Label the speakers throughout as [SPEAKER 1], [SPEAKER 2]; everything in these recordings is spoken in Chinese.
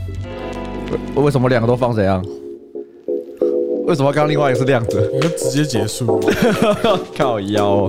[SPEAKER 1] 为什么两个都放怎样？为什么刚刚另外一个是亮着？
[SPEAKER 2] 我们直接结束。
[SPEAKER 1] 靠腰哦。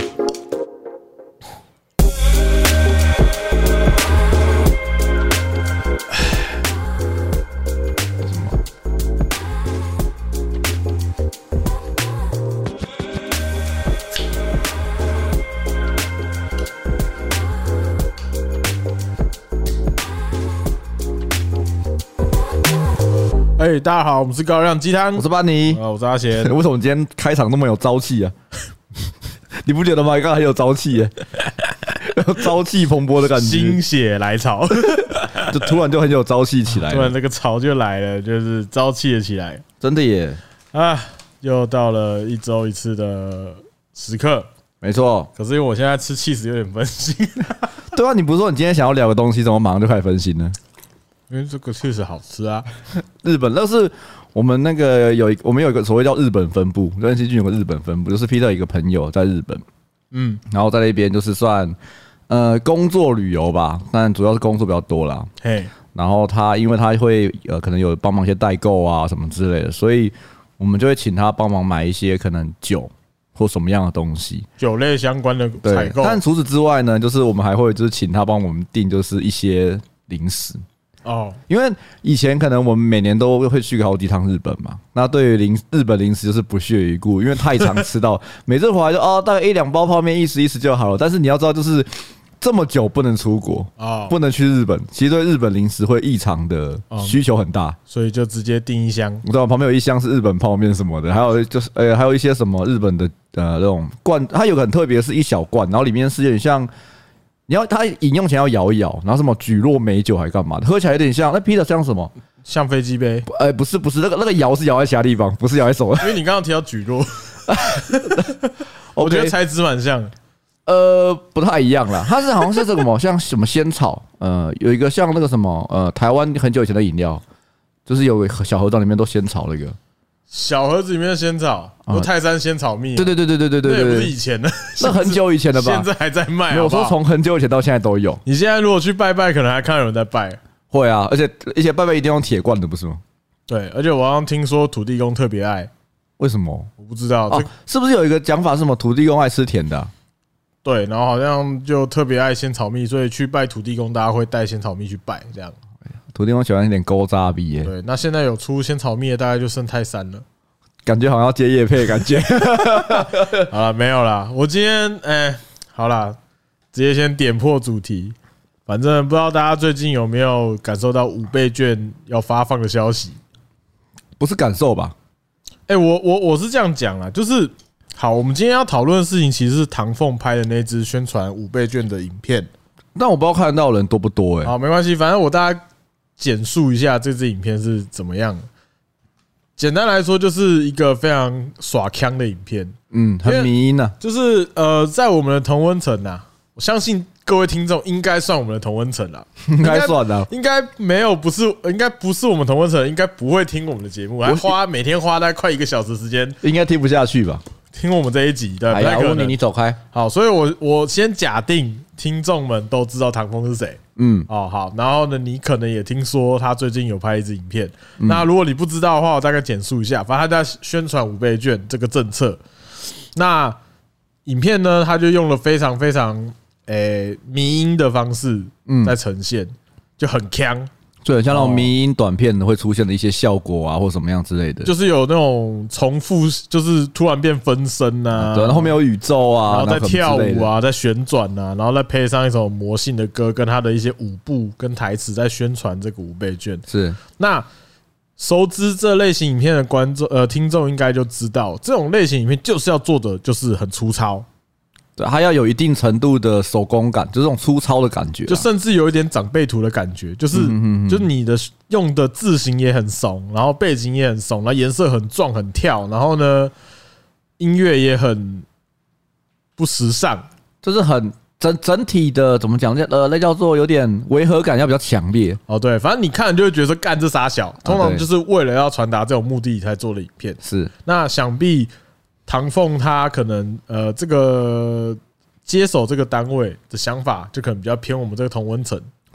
[SPEAKER 2] 大家好，我们是高亮鸡汤，
[SPEAKER 1] 我是班尼，
[SPEAKER 2] 我是阿贤。
[SPEAKER 1] 为什么今天开场那么有朝气啊？你不觉得吗？刚刚很有朝气耶，朝气蓬勃的感觉，
[SPEAKER 2] 心血来潮，
[SPEAKER 1] 就突然就很有朝气起来，
[SPEAKER 2] 突然那个潮就来了，就是朝气了起来。
[SPEAKER 1] 真的耶！
[SPEAKER 2] 啊，又到了1周1次的时刻，
[SPEAKER 1] 没错。
[SPEAKER 2] 可是因为我现在吃起司有点分心。
[SPEAKER 1] 对啊，你不是说你今天想要聊个东西，怎么马上就开始分心呢？
[SPEAKER 2] 因为这个确实好吃啊。
[SPEAKER 1] 日本那是我们那个我们有一个所谓叫日本分部，任熙俊有个日本分部，就是 Peter 一个朋友在日本，然后在那边就是算工作旅游吧，但主要是工作比较多啦。嘿，然后因为他会可能有帮忙一些代购啊什么之类的，所以我们就会请他帮忙买一些可能酒或什么样的东西，
[SPEAKER 2] 酒类相关的采购。
[SPEAKER 1] 但除此之外呢，就是我们还会就是请他帮我们订就是一些零食。哦，因为以前可能我们每年都会去好几趟日本嘛，那对于日本零食就是不屑一顾，因为太常吃到，每次回来就大概1-2包泡面意思意思就好了。但是你要知道，就是这么久不能出国，不能去日本，其实对日本零食会异常的需求很大，
[SPEAKER 2] 所以就直接订一箱。
[SPEAKER 1] 我知道旁边有一箱是日本泡面什么的，还有就是还有一些什么日本的那种罐，它有个很特别，是一小罐，然后里面是有点像。它饮用前要摇一摇，然后什么蒟蒻美酒还干嘛的，喝起来有点像。那 Peter 像什么？
[SPEAKER 2] 像飞机杯？
[SPEAKER 1] 不是，那个摇是摇在其他地方，不是摇在手。
[SPEAKER 2] 因为你刚刚提到蒟蒻，我觉得材质蛮像。
[SPEAKER 1] 不太一样啦。它是好像是这个什么，像什么仙草，有一个像那个什么，台湾很久以前的饮料，就是有个小盒装里面都仙草那个。
[SPEAKER 2] 小盒子里面的仙草，泰山仙草蜜。
[SPEAKER 1] 对，那
[SPEAKER 2] 也不是以前的，
[SPEAKER 1] 那很久以前的吧？
[SPEAKER 2] 现在还在卖。
[SPEAKER 1] 没有说从很久以前到现在都有。
[SPEAKER 2] 你现在如果去拜拜，可能还看到有人在拜。
[SPEAKER 1] 会啊，而且拜拜一定要用铁罐的，不是吗？
[SPEAKER 2] 对，而且我好像听说土地公特别爱。
[SPEAKER 1] 为什么？
[SPEAKER 2] 我不知道。
[SPEAKER 1] 是不是有一个讲法是什么土地公爱吃甜的啊？
[SPEAKER 2] 对，然后好像就特别爱仙草蜜，所以去拜土地公，大家会带仙草蜜去拜，这样。
[SPEAKER 1] 土地公喜欢一点勾渣逼耶。
[SPEAKER 2] 对，那现在有出仙草蜜的，大概就剩泰山了。
[SPEAKER 1] 感觉好像要接业配的感觉。
[SPEAKER 2] 好了，没有啦。我今天好啦，直接先点破主题。反正不知道大家最近有没有感受到5倍券要发放的消息？
[SPEAKER 1] 不是感受吧？
[SPEAKER 2] 我是这样讲啦，就是好，我们今天要讨论的事情其实是唐凤拍的那支宣传5倍券的影片，
[SPEAKER 1] 但我不知道看得到的人多不多
[SPEAKER 2] 好，没关系，反正我大概简述一下这支影片是怎么样的。简单来说，就是一个非常耍腔的影片，
[SPEAKER 1] 很迷因啊。
[SPEAKER 2] 就是在我们的同温层啊，我相信各位听众应该算我们的同温层啦，
[SPEAKER 1] 应该算的，
[SPEAKER 2] 应该没有应该不是我们同温层，应该不会听我们的节目，还每天花大概快1个小时时间，
[SPEAKER 1] 应该听不下去吧？
[SPEAKER 2] 听我们这一集，对，
[SPEAKER 1] 哎呀，我问你走开。
[SPEAKER 2] 好，所以我先假定听众们都知道唐凤是谁。好，然后呢，你可能也听说他最近有拍一支影片。那如果你不知道的话，我大概简述一下。反正他在宣传5倍券这个政策。那影片呢，他就用了非常非常迷因的方式在呈现，就很呛。
[SPEAKER 1] 就很像那种迷因短片会出现的一些效果啊，或什么样之类的，
[SPEAKER 2] 就是有那种重复，就是突然变分身啊，
[SPEAKER 1] 对，然后后面有宇宙啊，
[SPEAKER 2] 然后在跳舞啊，在旋转啊，然后再配上一首魔性的歌，跟他的一些舞步跟台词，在宣传这个5倍券。
[SPEAKER 1] 是，
[SPEAKER 2] 那熟知这类型影片的听众应该就知道，这种类型影片就是要做的就是很粗糙。
[SPEAKER 1] 对，它要有一定程度的手工感，就这种粗糙的感觉，
[SPEAKER 2] 就甚至有一点长辈图的感觉，就是你的用的字型也很怂，然后背景也很怂，然后颜色很壮很跳，然后呢，音乐也很不时尚，
[SPEAKER 1] 就是很整体的怎么讲？那叫做有点违和感，要比较强烈。
[SPEAKER 2] 哦，对，反正你看就会觉得说干这傻小，通常就是为了要传达这种目的才做的影片。
[SPEAKER 1] 是，
[SPEAKER 2] 那想必。唐凤他可能这个接手这个单位的想法就可能比较偏我们这个同温层，
[SPEAKER 1] 是，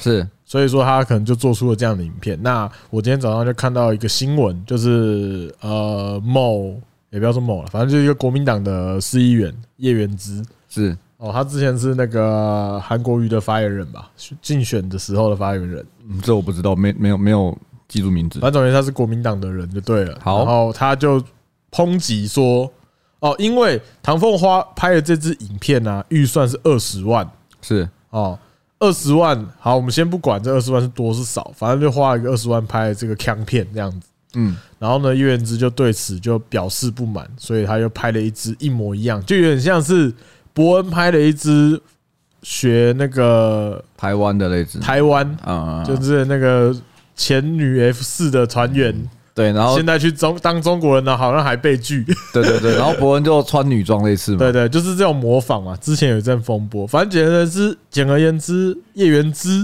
[SPEAKER 2] 所以说他可能就做出了这样的影片。那我今天早上就看到一个新闻，就是也不要说某了，反正就是一个国民党的市议员叶元之，
[SPEAKER 1] 是
[SPEAKER 2] 他之前是那个韩国瑜的发言人吧，竞选的时候的发言人。
[SPEAKER 1] 这我不知道，没有记住名字。
[SPEAKER 2] 反正总之他是国民党的人就对了。
[SPEAKER 1] 好，
[SPEAKER 2] 然后他就抨击说，因为唐凤花拍的这支影片啊，预算是20万，
[SPEAKER 1] 是
[SPEAKER 2] 20万。好，我们先不管这20万是多是少，反正就花了一个20万拍这个枪片这样子。然后呢，叶元之就对此就表示不满，所以他又拍了一支一模一样，就有点像是伯恩拍了一支学那个
[SPEAKER 1] 台湾的那支，
[SPEAKER 2] 台湾就是那个前女 F4的团员，
[SPEAKER 1] 对，然后
[SPEAKER 2] 现在去当中国人呢，好像还被拒。
[SPEAKER 1] 对，然后伯恩就穿女装类似嘛，
[SPEAKER 2] 对，就是这种模仿嘛。之前有一阵风波，反正简而言之，叶元之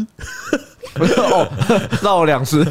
[SPEAKER 1] 绕了2次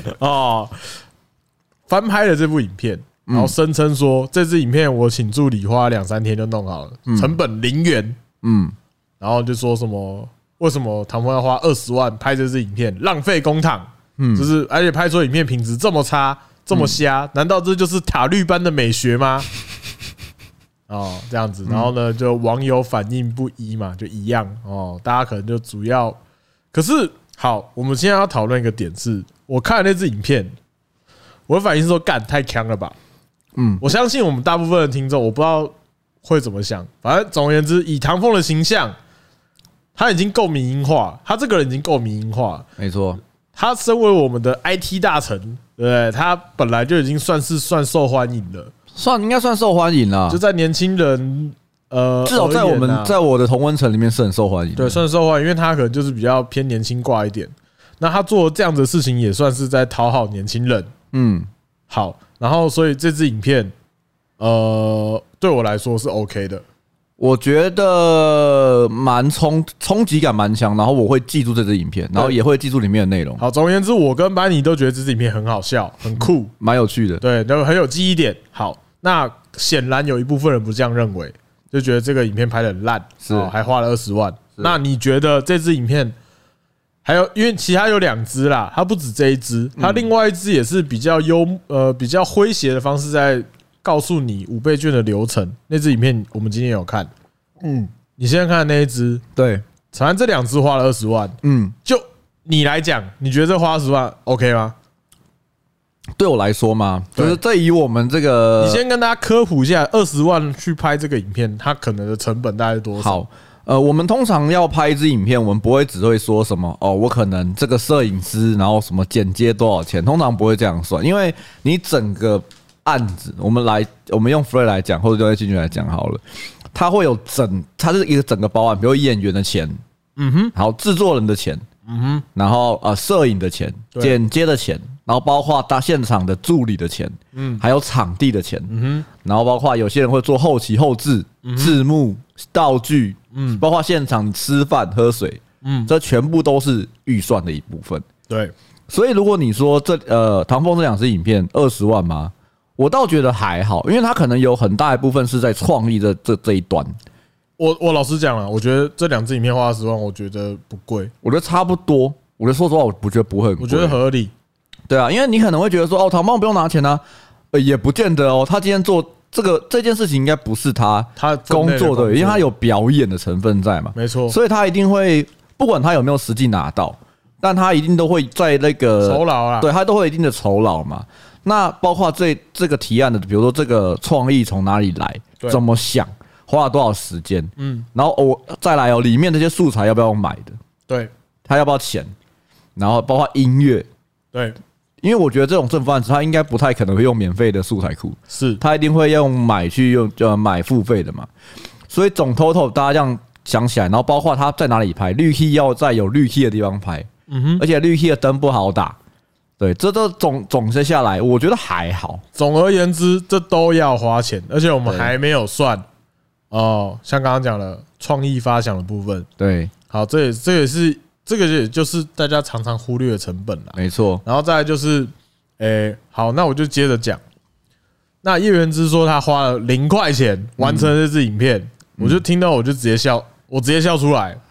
[SPEAKER 2] 翻拍了这部影片，然后声称说这支影片我请助理花2-3天就弄好了，成本0元。然后就说什么为什么唐凤要花20万拍这支影片，浪费公帑，就是而且拍出影片品质这么差，这么瞎，难道这就是塔绿班的美学吗？这样子，然后呢，就网友反应不一嘛，就一样大家可能就主要，可是好，我们现在要讨论一个点是，我看了那支影片。我的反应是说，干太强了吧？我相信我们大部分的听众，我不知道会怎么想。反正总而言之，以唐凤的形象，他已经够民营化，他这个人已经够民营化。
[SPEAKER 1] 没错，
[SPEAKER 2] 他身为我们的 IT 大臣，对不对？他本来就已经算受欢迎了，
[SPEAKER 1] 应该算受欢迎了。
[SPEAKER 2] 就在年轻人，
[SPEAKER 1] 至少在我的同温层里面是很受欢迎。
[SPEAKER 2] 对，算受欢迎，因为他可能就是比较偏年轻挂一点。那他做这样的事情，也算是在讨好年轻人。好，然后所以这支影片，对我来说是 OK 的。
[SPEAKER 1] 我觉得蛮冲击感蛮强，然后我会记住这支影片，然后也会记住里面的内容。
[SPEAKER 2] 好，总而言之，我跟班尼都觉得这支影片很好笑、很酷、
[SPEAKER 1] 蛮有趣的，
[SPEAKER 2] 对，然后很有记忆点。好，那显然有一部分人不这样认为，就觉得这个影片拍得很烂，还花了20万。那你觉得这支影片？还有，因为其他有2支啦，它不止这一支，它另外一支也是比较比较诙谐的方式在告诉你5倍券的流程。那支影片我们今天有看，你现在看的那一支，对，反正这2支花了20万，就你来讲，你觉得这花20万 OK 吗？
[SPEAKER 1] 对我来说嘛，就是这以我们这个，
[SPEAKER 2] 你先跟大家科普一下，20万去拍这个影片，它可能的成本大概是多少？
[SPEAKER 1] 好。我们通常要拍一支影片，我们不会只会说什么我可能这个摄影师，然后什么剪接多少钱，通常不会这样算，因为你整个案子，我们用 Free 来讲，或者用进去来讲好了，它会有它是一个整个包案，比如演员的钱，然后制作人的钱，然后摄影的钱，剪接的钱，然后包括大现场的助理的钱，还有场地的钱，然后包括有些人会做后期后制、字幕、道具。包括现场吃饭喝水，这全部都是预算的一部分。
[SPEAKER 2] 对，
[SPEAKER 1] 所以如果你说唐凤这2支影片20万吗？我倒觉得还好，因为它可能有很大一部分是在创意这一端。
[SPEAKER 2] 我老实讲了，我觉得这2支影片花20万，我觉得不贵，
[SPEAKER 1] 我觉得差不多。我觉得说实话，我不觉得不会很贵，
[SPEAKER 2] 我觉得合理。
[SPEAKER 1] 对啊，因为你可能会觉得说，唐凤不用拿钱啊，也不见得哦。他今天做。这件事情应该不是他工作的，因为他有表演的成分在嘛，
[SPEAKER 2] 没错，
[SPEAKER 1] 所以他一定会不管他有没有实际拿到，但他一定都会在那个
[SPEAKER 2] 酬劳啊，
[SPEAKER 1] 对他都会有一定的酬劳嘛。那包括这个提案的，比如说这个创意从哪里来，怎么想，花了多少时间，然后再来里面这些素材要不要买的，
[SPEAKER 2] 对，
[SPEAKER 1] 他要不要钱，然后包括音乐，
[SPEAKER 2] 对。
[SPEAKER 1] 因为我觉得这种政府案子，他应该不太可能会用免费的素材库，
[SPEAKER 2] 是
[SPEAKER 1] 他一定会用买付费的嘛。所以总 total 大家这样想起来，然后包括他在哪里拍，绿 key 要在有绿 key 的地方拍，而且绿 key 的灯不好打，对，这都总结下来，我觉得还好。
[SPEAKER 2] 总而言之，这都要花钱，而且我们还没有算像刚刚讲的创意发想的部分。
[SPEAKER 1] 对，
[SPEAKER 2] 好，这个也就是大家常常忽略的成本啦，
[SPEAKER 1] 没错。
[SPEAKER 2] 然后再来就是，好，那我就接着讲。那叶元之说他花了0块钱完成了这支影片，我就听到我就直接笑出来。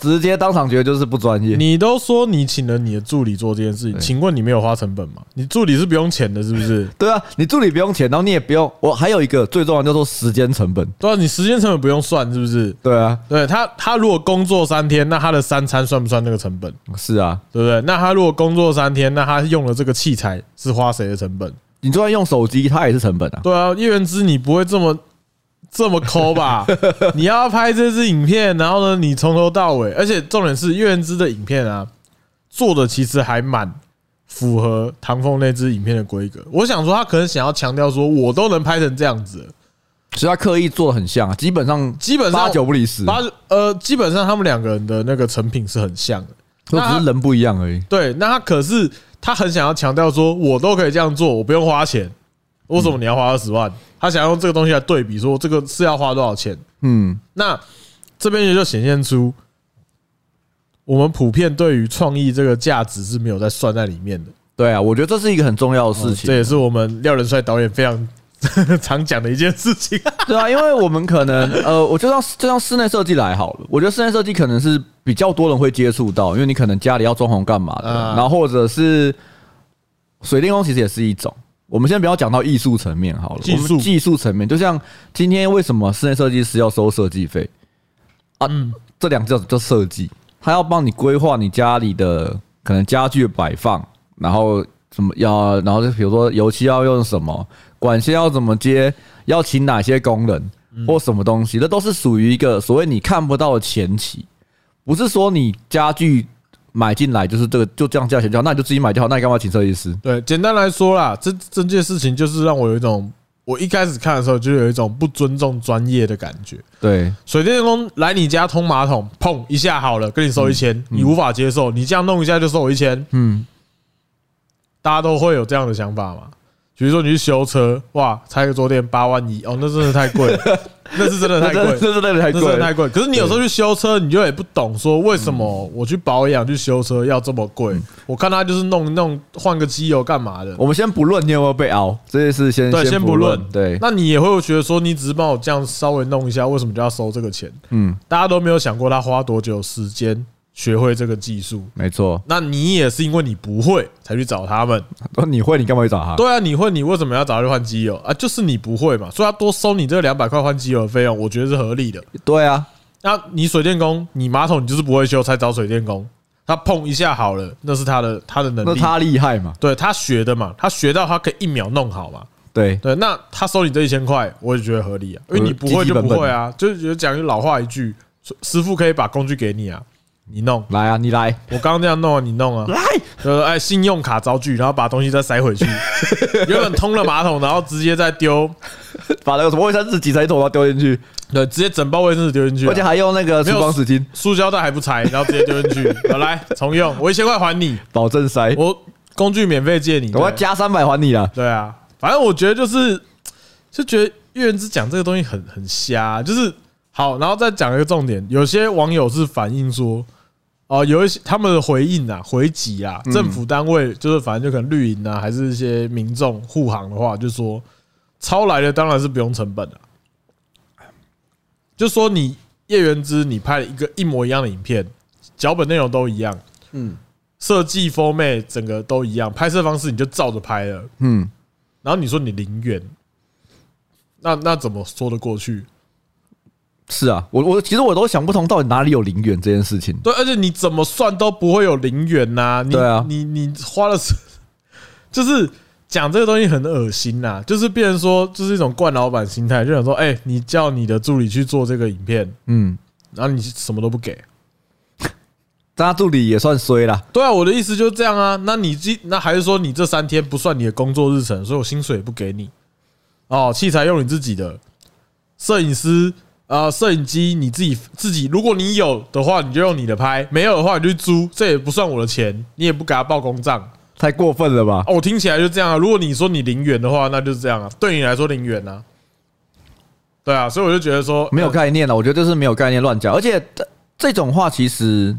[SPEAKER 1] 直接当场觉得就是不专业。
[SPEAKER 2] 你都说你请了你的助理做这件事情，请问你没有花成本吗？你助理是不用钱的，是不是？
[SPEAKER 1] 对啊，你助理不用钱，然后你也不用。我还有一个最重要的叫做时间成本。
[SPEAKER 2] 对啊，你时间成本不用算，是不是？
[SPEAKER 1] 对啊，
[SPEAKER 2] 对他如果工作3天，那他的3餐算不算那个成本？
[SPEAKER 1] 是啊，
[SPEAKER 2] 对不对？那他如果工作3天，那他用了这个器材是花谁的成本？
[SPEAKER 1] 你就算用手机，它也是成本啊。
[SPEAKER 2] 对啊，叶元之你不会这么抠吧？你要拍这支影片，然后呢，你从头到尾，而且重点是叶元之的影片啊，做的其实还蛮符合唐凤那支影片的规格。我想说，他可能想要强调说，我都能拍成这样子了，
[SPEAKER 1] 所以他刻意做的很像啊，基本上8、9不离10。
[SPEAKER 2] 基本上他们2个人的那个成品是很像的，
[SPEAKER 1] 都只是人不一样而已。
[SPEAKER 2] 对，那他很想要强调说，我都可以这样做，我不用花钱，为什么你要花20万？他想要用这个东西来对比，说这个是要花多少钱？那这边也就显现出我们普遍对于创意这个价值是没有在算在里面的。
[SPEAKER 1] 对啊，我觉得这是一个很重要的事情，
[SPEAKER 2] 这也是我们廖仁帅导演非常常讲的一件事情。
[SPEAKER 1] 对啊，因为我们可能我就像室内设计来好了，我觉得室内设计可能是比较多人会接触到，因为你可能家里要装潢干嘛的，然后或者是水电工其实也是一种。我们先不要讲到艺术层面好了，技术层面，就像今天为什么室内设计师要收设计费啊？这2个叫设计，他要帮你规划你家里的可能家具的摆放，然后然后就比如说油漆要用什么，管线要怎么接，要请哪些工人或什么东西，这都是属于一个所谓你看不到的前期，不是说你家具买进来就是这个就这样价钱就好，那你就自己买就好，那你干嘛请设计师？
[SPEAKER 2] 对，简单来说啦，这件事情就是让我有一种，我一开始看的时候就有一种不尊重专业的感觉。
[SPEAKER 1] 对，
[SPEAKER 2] 水电工来你家通马桶，砰一下好了，跟你收1000，你无法接受，你这样弄一下就收我1000，大家都会有这样的想法嘛？比如说你去修车，哇，拆个桌垫8万1，哦，那真的太贵了，那是真的太贵，
[SPEAKER 1] 那真的太贵。
[SPEAKER 2] 可是你有时候去修车，你就也不懂说为什么我去保养去修车要这么贵。我看他就是弄换个机油干嘛的。
[SPEAKER 1] 我们先不论你有没有被凹，这件事先不论。对，
[SPEAKER 2] 那你也会觉得说，你只是帮我这样稍微弄一下，为什么就要收这个钱？大家都没有想过他花多久时间学会这个技术。
[SPEAKER 1] 没错，
[SPEAKER 2] 那你也是因为你不会才去找他们。
[SPEAKER 1] 你会，你干嘛去找他？
[SPEAKER 2] 对啊，你会，你为什么要找他去换机油啊？就是你不会嘛，所以他多收你这200块换机油的费用，我觉得是合理的。
[SPEAKER 1] 对啊，
[SPEAKER 2] 那你水电工，你马桶你就是不会修才找水电工，他碰一下好了，那是他的能力，
[SPEAKER 1] 那他厉害嘛？
[SPEAKER 2] 对他学的嘛，他学到他可以1秒弄好嘛。
[SPEAKER 1] 对，
[SPEAKER 2] 那他收你这1000块，我也觉得合理啊，因为你不会就不会啊，就是讲句老话一句，师傅可以把工具给你啊。你弄
[SPEAKER 1] 来啊，你来！
[SPEAKER 2] 我刚刚这样弄啊，你弄啊，来！信用卡招具，然后把东西再塞回去。原本通了马桶，然后直接再丢，
[SPEAKER 1] 把那个什么卫生纸挤成一坨，然后丢进去。
[SPEAKER 2] 对，直接整包卫生纸丢进去，
[SPEAKER 1] 而且还用那个厨房纸巾，
[SPEAKER 2] 塑胶袋还不拆，然后直接丢进去。来重用，我1000块还你，
[SPEAKER 1] 保证塞。
[SPEAKER 2] 我工具免费借你，
[SPEAKER 1] 我要加300还你啊。
[SPEAKER 2] 对啊，反正我觉得就觉得叶元之讲这个东西很瞎，就是好，然后再讲一个重点，有些网友是反映说。有一些他们的回应啊、回击啊，政府单位就是反正就可能绿营啊，还是一些民众护航的话，就说抄来的当然是不用成本的，就说你叶元之你拍了一个一模一样的影片，脚本内容都一样，设计 format 整个都一样，拍摄方式你就照着拍了，然后你说你0元，那怎么说得过去？
[SPEAKER 1] 是啊，其实我都想不通，到底哪里有0元这件事情。
[SPEAKER 2] 对，而且你怎么算都不会有0元呐。对啊，你花了，就是讲这个东西很恶心呐，就是变成说，就是一种惯老板心态，就想说，你叫你的助理去做这个影片，然后你什么都不给，
[SPEAKER 1] 他助理也算衰啦。
[SPEAKER 2] 对啊，我的意思就是这样啊。那还是说你这3天不算你的工作日程，所以我薪水也不给你。器材用你自己的，摄影师。摄影机你自己，如果你有的话，你就用你的拍；没有的话，你就租，这也不算我的钱，你也不给他报公账，
[SPEAKER 1] 太过分了吧？
[SPEAKER 2] 我听起来就这样啊。如果你说你0元的话，那就是这样啊，对你来说0元啊，对啊，所以我就觉得说
[SPEAKER 1] 没有概念了。我觉得这是没有概念乱讲，而且这种话其实，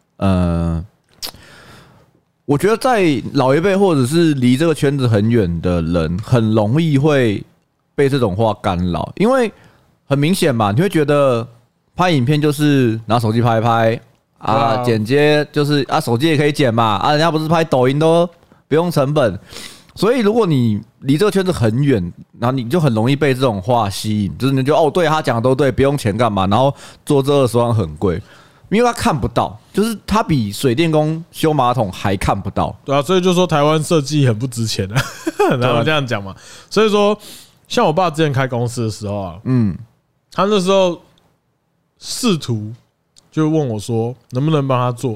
[SPEAKER 1] 我觉得在老一辈或者是离这个圈子很远的人，很容易会被这种话干扰，因为。很明显嘛，你会觉得拍影片就是拿手机拍一拍啊，剪接就是啊，手机也可以剪嘛，啊，人家不是拍抖音都不用成本，所以如果你离这个圈子很远，然后你就很容易被这种话吸引，就是你就对他讲的都对，不用钱干嘛？然后做这20万很贵。因为他看不到，就是他比水电工修马桶还看不到。
[SPEAKER 2] 对啊，所以就说台湾设计很不值钱啊，然后这样讲嘛。所以说，像我爸之前开公司的时候啊，他那时候试图就问我说，能不能帮他做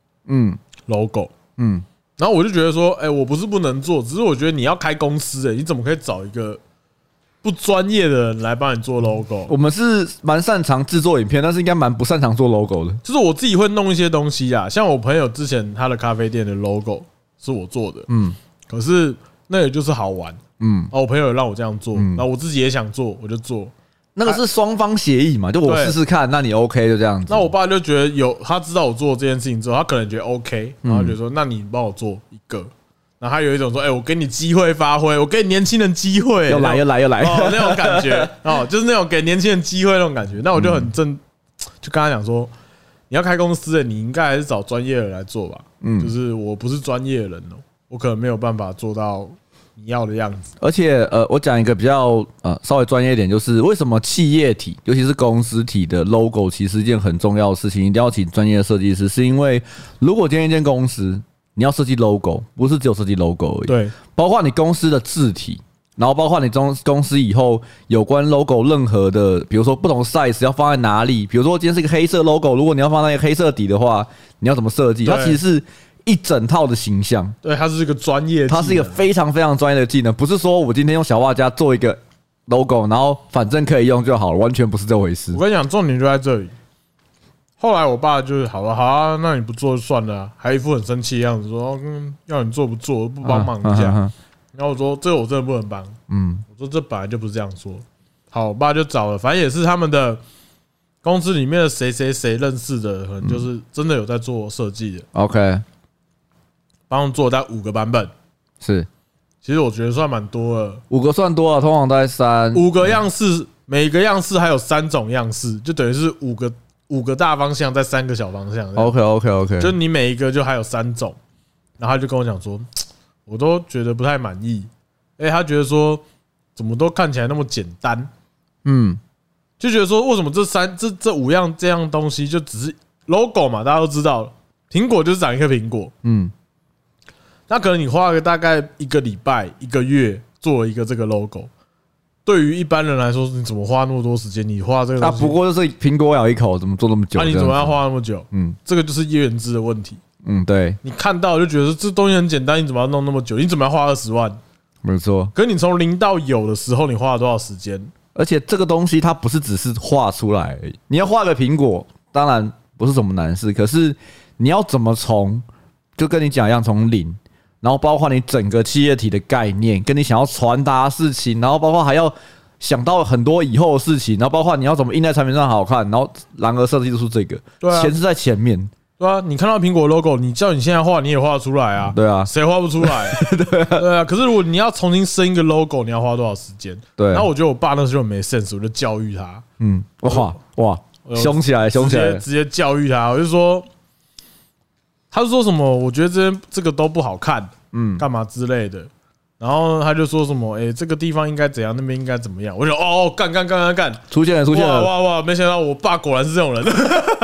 [SPEAKER 2] logo，然后我就觉得说，我不是不能做，只是我觉得你要开公司，你怎么可以找一个不专业的人来帮你做 logo？
[SPEAKER 1] 我们是蛮擅长制作影片，但是应该蛮不擅长做 logo 的。
[SPEAKER 2] 就是我自己会弄一些东西啊，像我朋友之前他的咖啡店的 logo 是我做的，可是那也就是好玩，然后我朋友也让我这样做，然后我自己也想做，我就做。
[SPEAKER 1] 那个是双方协议嘛，就我试试看，那你 OK 就这样子。
[SPEAKER 2] 那我爸就觉得他知道我做这件事情之后，他可能觉得 OK， 然后就说：“那你帮我做一个。”然后他有一种说：“我给你机会发挥，我给年轻人机会。”
[SPEAKER 1] 又来
[SPEAKER 2] 那种感觉就是那种给年轻人机会那种感觉。那我就很就跟他讲说：“你要开公司你应该还是找专业的人来做吧。就是我不是专业的人我可能没有办法做到你要的样子。
[SPEAKER 1] 而且我讲一个比较稍微专业一点，就是为什么企业体，尤其是公司体的 logo， 其实是一件很重要的事情，一定要请专业的设计师，是因为如果今天一间公司你要设计 logo， 不是只有设计 logo 而已，
[SPEAKER 2] 对，
[SPEAKER 1] 包括你公司的字体，然后包括你公司以后有关 logo 任何的，比如说不同 size 要放在哪里，比如说今天是一个黑色 logo， 如果你要放在一个黑色底的话，你要怎么设计？它其实是一整套的形象，
[SPEAKER 2] 对，它是一个专业，
[SPEAKER 1] 它是一个非常非常专业的技能，不是说我今天用小画家做一个 logo， 然后反正可以用就好了，完全不是这回事。
[SPEAKER 2] 我跟你讲，重点就在这里。后来我爸就是好啊，那你不做就算了，还一副很生气的样子，说要你做不做，不帮忙一下。然后我说这个我真的不能帮，我说这本来就不是这样说。好，我爸就找了，反正也是他们的公司里面的谁认识的，可能就是真的有在做设计的。
[SPEAKER 1] OK，
[SPEAKER 2] 帮他们做大概5个版本，
[SPEAKER 1] 是，
[SPEAKER 2] 其实我觉得算蛮多了。
[SPEAKER 1] 5个算多了，通常大概
[SPEAKER 2] 5个样式，每个样式还有3种样式，就等于是5个大方向，再3个小方向。
[SPEAKER 1] OK，
[SPEAKER 2] 就你每一个就还有3种，然后他就跟我讲说，我都觉得不太满意。他觉得说怎么都看起来那么简单，就觉得说为什么这5样这样东西就只是 logo 嘛，大家都知道，苹果就是长一颗苹果，那可能你花了大概1个礼拜、1个月做了一个这个 logo。对于一般人来说，你怎么花那么多时间？你花这个东西，
[SPEAKER 1] 不过就是苹果咬一口，怎么做那么久？
[SPEAKER 2] 你怎么要花那么久？这个就是叶原之的问题。
[SPEAKER 1] 对，
[SPEAKER 2] 你看到就觉得这东西很简单，你怎么要弄那么久？你怎么要花20万？
[SPEAKER 1] 没错。
[SPEAKER 2] 可是你从0到有的时候，你花了多少时间？
[SPEAKER 1] 而且这个东西它不是只是画出来而已，你要画个苹果，当然不是什么难事。可是你要怎么就跟你讲一样，从零。然后包括你整个企业体的概念，跟你想要传达的事情，然后包括还要想到很多以后的事情，然后包括你要怎么印在产品上好看，然后然而设计出这个，钱是在前面，
[SPEAKER 2] 对啊，你看到苹果 logo， 你叫你现在画，你也画得出来啊，
[SPEAKER 1] 对啊，
[SPEAKER 2] 谁画不出来？对啊，可是如果你要重新生一个 logo， 你要花多少时间？对，然后我觉得我爸那时候没 sense， 我就教育他，
[SPEAKER 1] 哇，凶起来，
[SPEAKER 2] 直接教育他，我就说。他就说什么，我觉得这个都不好看，干嘛之类的。然后他就说什么，这个地方应该怎样，那边应该怎么样。我就干，
[SPEAKER 1] 出现了，
[SPEAKER 2] 哇！没想到我爸果然是这种人。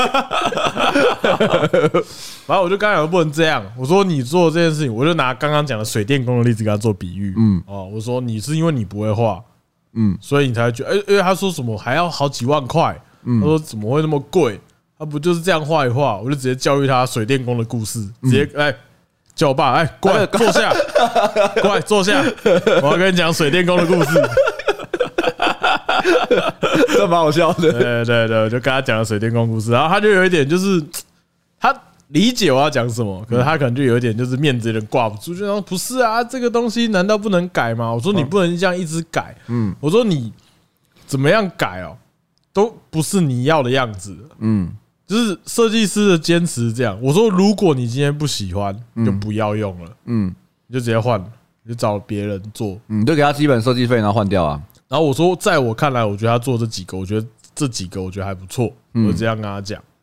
[SPEAKER 2] 然后我就刚才不能这样，我说你做这件事情，我就拿刚刚讲的水电工的例子给他做比喻。我说你是因为你不会画，所以你才会觉得，他说什么还要好几万块，他说怎么会那么贵？他不就是这样画一画，我就直接教育他水电工的故事，直接叫我爸过来坐下，过来坐下，我要跟你讲水电工的故事，
[SPEAKER 1] 这蛮好笑的。
[SPEAKER 2] 对，我就跟他讲了水电工故事，然后他就有一点就是他理解我要讲什么，可是他可能就有一点就是面子有点挂不住，就说不是啊，这个东西难道不能改吗？我说你不能这样一直改，我说你怎么样改都不是你要的样子，就是设计师的坚持这样。我说，如果你今天不喜欢，就不要用了，你就直接换，你就找别人做，
[SPEAKER 1] 就给他基本设计费，然后换掉啊。
[SPEAKER 2] 然后我说，在我看来，我觉得他做这几个，我觉得还不错，我这样跟他讲。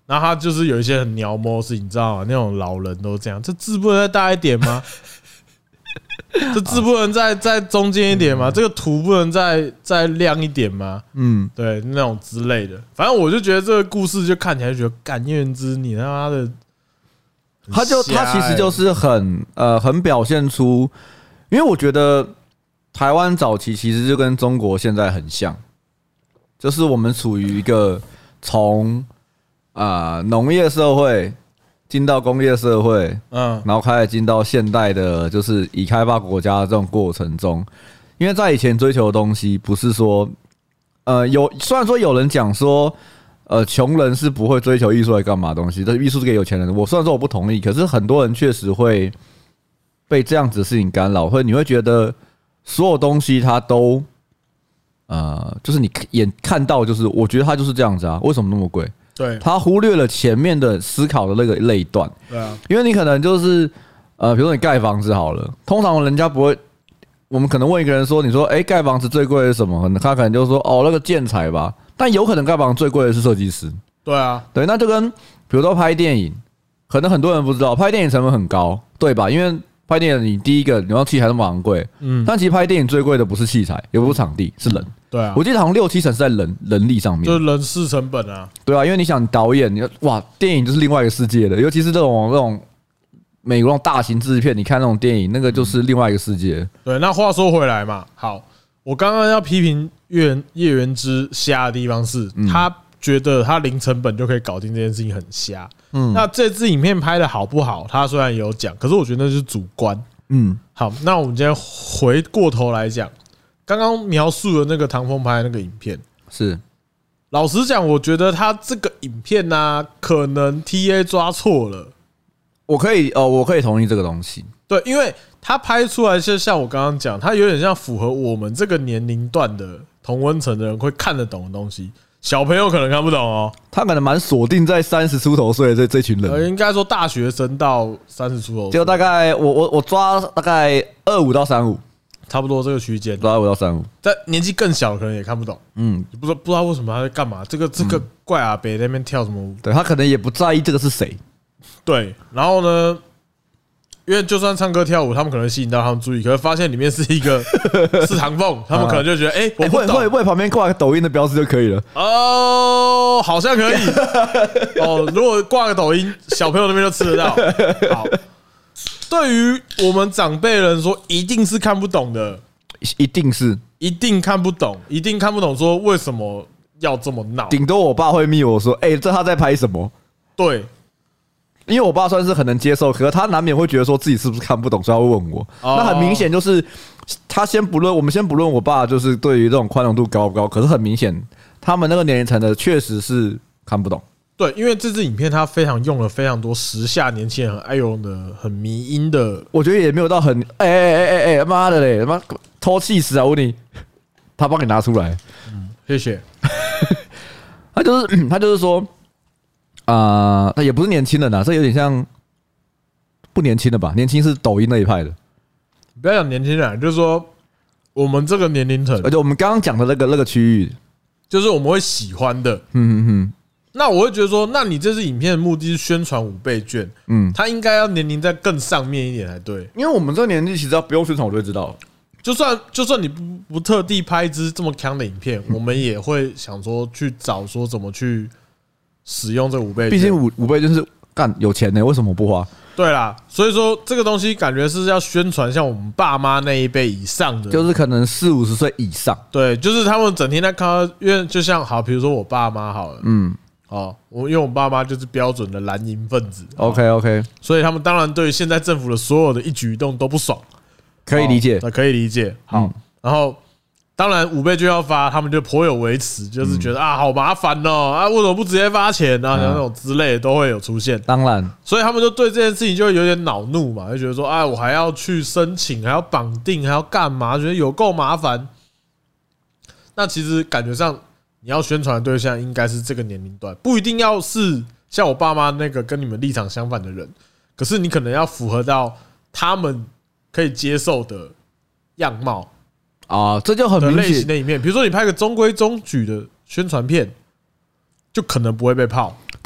[SPEAKER 2] 然后他就是有一些很鸟摸的事情，你知道吗？那种老人都这样，这字不能再大一点吗？这字不能再中间一点吗？这个图不能再亮一点吗？对，那种之类的。反正我就觉得这个故事就看起来就觉得，干叶元之你他妈的，
[SPEAKER 1] 他其实就是很表现出，因为我觉得台湾早期其实就跟中国现在很像，就是我们处于一个从农业社会进到工业社会，然后开始进到现代的，就是已开发国家的这种过程中。因为在以前追求的东西，不是说，虽然说有人讲说，穷人是不会追求艺术来干嘛的东西，这艺术是给有钱人的。我虽然说我不同意，可是很多人确实会被这样子的事情干扰，你会觉得所有东西它都，就是你眼看到，就是我觉得它就是这样子啊，为什么那么贵？
[SPEAKER 2] 对，
[SPEAKER 1] 他忽略了前面的思考的那个类段。
[SPEAKER 2] 对啊，
[SPEAKER 1] 因为你可能就是比如说你盖房子好了，通常人家不会，我们可能问一个人说，你说盖房子最贵的是什么？他可能就说那个建材吧，但有可能盖房子最贵的是设计师。对啊，对，那就跟比如说拍电影，可能很多人不知道，拍电影成本很高，对吧？因为拍电影你第一个你要器材那么昂贵，但其实拍电影最贵的不是器材，也不是场地，是人。对啊，我记得好像6-7成是在人力上面，
[SPEAKER 2] 就是人事成本啊。对
[SPEAKER 1] 啊，因为你想导演，电影就是另外一个世界的，尤其是这种美国那种大型制片，你看那种电影，那个就是另外一个世界。对，
[SPEAKER 2] 那话说回来嘛，好，我刚刚要批评叶元之瞎的地方是，他觉得他零成本就可以搞定这件事情很瞎。那这支影片拍的好不好，他虽然有讲，可是我觉得那是主观。好，那我们今天回过头来讲。刚刚描述的那个唐凤拍的那个影片，
[SPEAKER 1] 是
[SPEAKER 2] 老实讲，我觉得他这个影片呢，可能 TA 抓错了。
[SPEAKER 1] 我可以同意这个东西。
[SPEAKER 2] 对，因为他拍出来就像我刚刚讲，他有点像符合我们这个年龄段的同温层的人会看得懂的东西，小朋友可能看不懂哦。
[SPEAKER 1] 他可能蛮锁定在30出头岁的这群人，
[SPEAKER 2] 应该说大学生到30出头岁，
[SPEAKER 1] 就大概我抓大概25到35。
[SPEAKER 2] 差不多这个区间
[SPEAKER 1] ，25到35，
[SPEAKER 2] 在年纪更小的可能也看不懂，不知道为什么他在干嘛。这个怪阿北在那边跳什么舞？
[SPEAKER 1] 对他可能也不在意这个是谁。
[SPEAKER 2] 对，然后呢，因为就算唱歌跳舞，他们可能吸引到他们注意，可是发现里面是一个是唐凤，他们可能就觉得，我不懂，
[SPEAKER 1] 会旁边挂个抖音的标志就可以了。
[SPEAKER 2] 哦，好像可以。如果挂个抖音，小朋友那边就吃得到。好。对于我们长辈人说，一定是看不懂的，
[SPEAKER 1] 一定
[SPEAKER 2] 看不懂，一定看不懂，说为什么要这么闹？
[SPEAKER 1] 顶多我爸会密我说，这他在拍什么？
[SPEAKER 2] 对，
[SPEAKER 1] 因为我爸算是很能接受，可是他难免会觉得说自己是不是看不懂，所以他会问我。那很明显就是我们先不论我爸就是对于这种宽容度高不高，可是很明显他们那个年龄层的确实是看不懂。
[SPEAKER 2] 对，因为这支影片它用了非常多时下年轻人很爱用的、很迷因的，
[SPEAKER 1] 我觉得也没有到很妈的嘞，他妈偷气死啊！我问你，他帮你拿出来，
[SPEAKER 2] 谢谢。
[SPEAKER 1] 他就是说，他也不是年轻人啊，这有点像不年轻的吧？年轻是抖音那一派的，
[SPEAKER 2] 不要讲年轻人，就是说我们这个年龄层，
[SPEAKER 1] 而且我们刚刚讲的那个区域，
[SPEAKER 2] 就是我们会喜欢的，那我会觉得说，那你这支影片的目的是宣传5倍券，它应该要年龄在更上面一点才对。
[SPEAKER 1] 因为我们这个年纪其实要不用宣传，我就会知道了。
[SPEAKER 2] 就算你不特地拍一支这么强的影片，我们也会想说去找说怎么去使用这5倍券。
[SPEAKER 1] 毕竟5倍券是干有钱呢，为什么不花？
[SPEAKER 2] 对啦，所以说这个东西感觉是要宣传像我们爸妈那一辈以上的，
[SPEAKER 1] 就是可能40-50岁以上。
[SPEAKER 2] 对，就是他们整天在看，因为就像好，比如说我爸妈好了，因为我爸妈就是标准的蓝营分子
[SPEAKER 1] ，OK，
[SPEAKER 2] 所以他们当然对于现在政府的所有的一举一动都不爽，
[SPEAKER 1] 可以理解，
[SPEAKER 2] 可以理解。好，然后当然5倍券要发，他们就颇有微词，就是觉得好麻烦哦，为什么不直接发钱啊？像那种之类的都会有出现。
[SPEAKER 1] 当然，
[SPEAKER 2] 所以他们就对这件事情就有点恼怒嘛，就觉得说，我还要去申请，还要绑定，还要干嘛？觉得有够麻烦。那其实感觉上。你要宣传的对象应该是这个年龄段，不一定要是像我爸妈那个跟你们立场相反的人，可是你可能要符合到他们可以接受的样貌
[SPEAKER 1] 啊，这就很明显
[SPEAKER 2] 类型的影片。比如说你拍个中规中矩的宣传片，就可能不会被泡。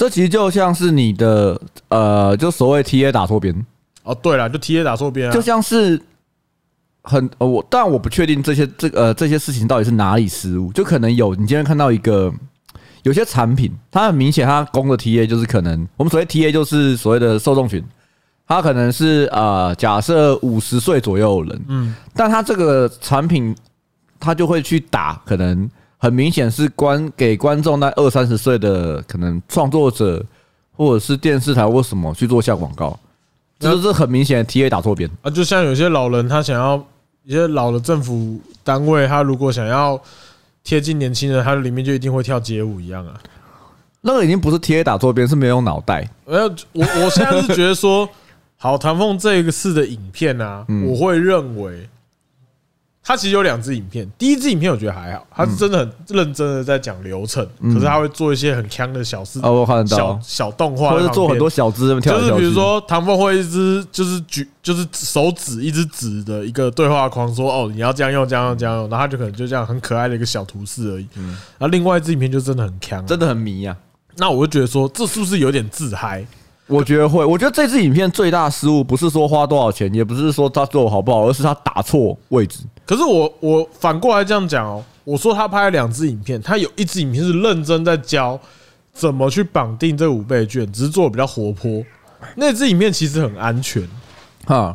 [SPEAKER 1] 这其实就像是你的就所谓 TA 打错边。
[SPEAKER 2] 哦，对了，就 TA 打错边啊，
[SPEAKER 1] 就像是但我不确定这些事情到底是哪里失误，就可能有你今天看到有些产品，它很明显它攻的 TA 就是可能我们所谓 TA 就是所谓的受众群，它可能是假设50岁左右的人，但它这个产品它就会去打，可能很明显是给观众在20-30岁的可能创作者或者是电视台或什么去做下广告，这是很明显的 TA 打错边
[SPEAKER 2] 啊，就像有些老人他想要一些老的政府单位，他如果想要贴近年轻人，他里面就一定会跳街舞一样啊。
[SPEAKER 1] 那个已经不是 TA 打错边，是没有脑袋。
[SPEAKER 2] 我现在是觉得说，好，唐凤这一次的影片啊，我会认为他其实有2支影片。第一支影片我觉得还好，他是真的很认真的在讲流程，可是他会做一些很鏘的小事，
[SPEAKER 1] 我看得到
[SPEAKER 2] 小动画，
[SPEAKER 1] 或者做很多小支跳，
[SPEAKER 2] 就是比如说唐凤会一直就是手指一直指的一个对话框，说哦你要这样用这样用这样用，然后他就可能就这样很可爱的一个小图示而已。然后另外一支影片就真的很鏘，
[SPEAKER 1] 真的很迷啊。
[SPEAKER 2] 那我就觉得说，这是不是有点自嗨？
[SPEAKER 1] 我觉得会。我觉得这支影片最大的失误不是说花多少钱，也不是说他做好不好，而是他打错位置。
[SPEAKER 2] 可是我反过来这样讲哦，我说他拍了2支影片，他有一支影片是认真在教怎么去绑定这5倍券，只是做的比较活泼。那支影片其实很安全。哈，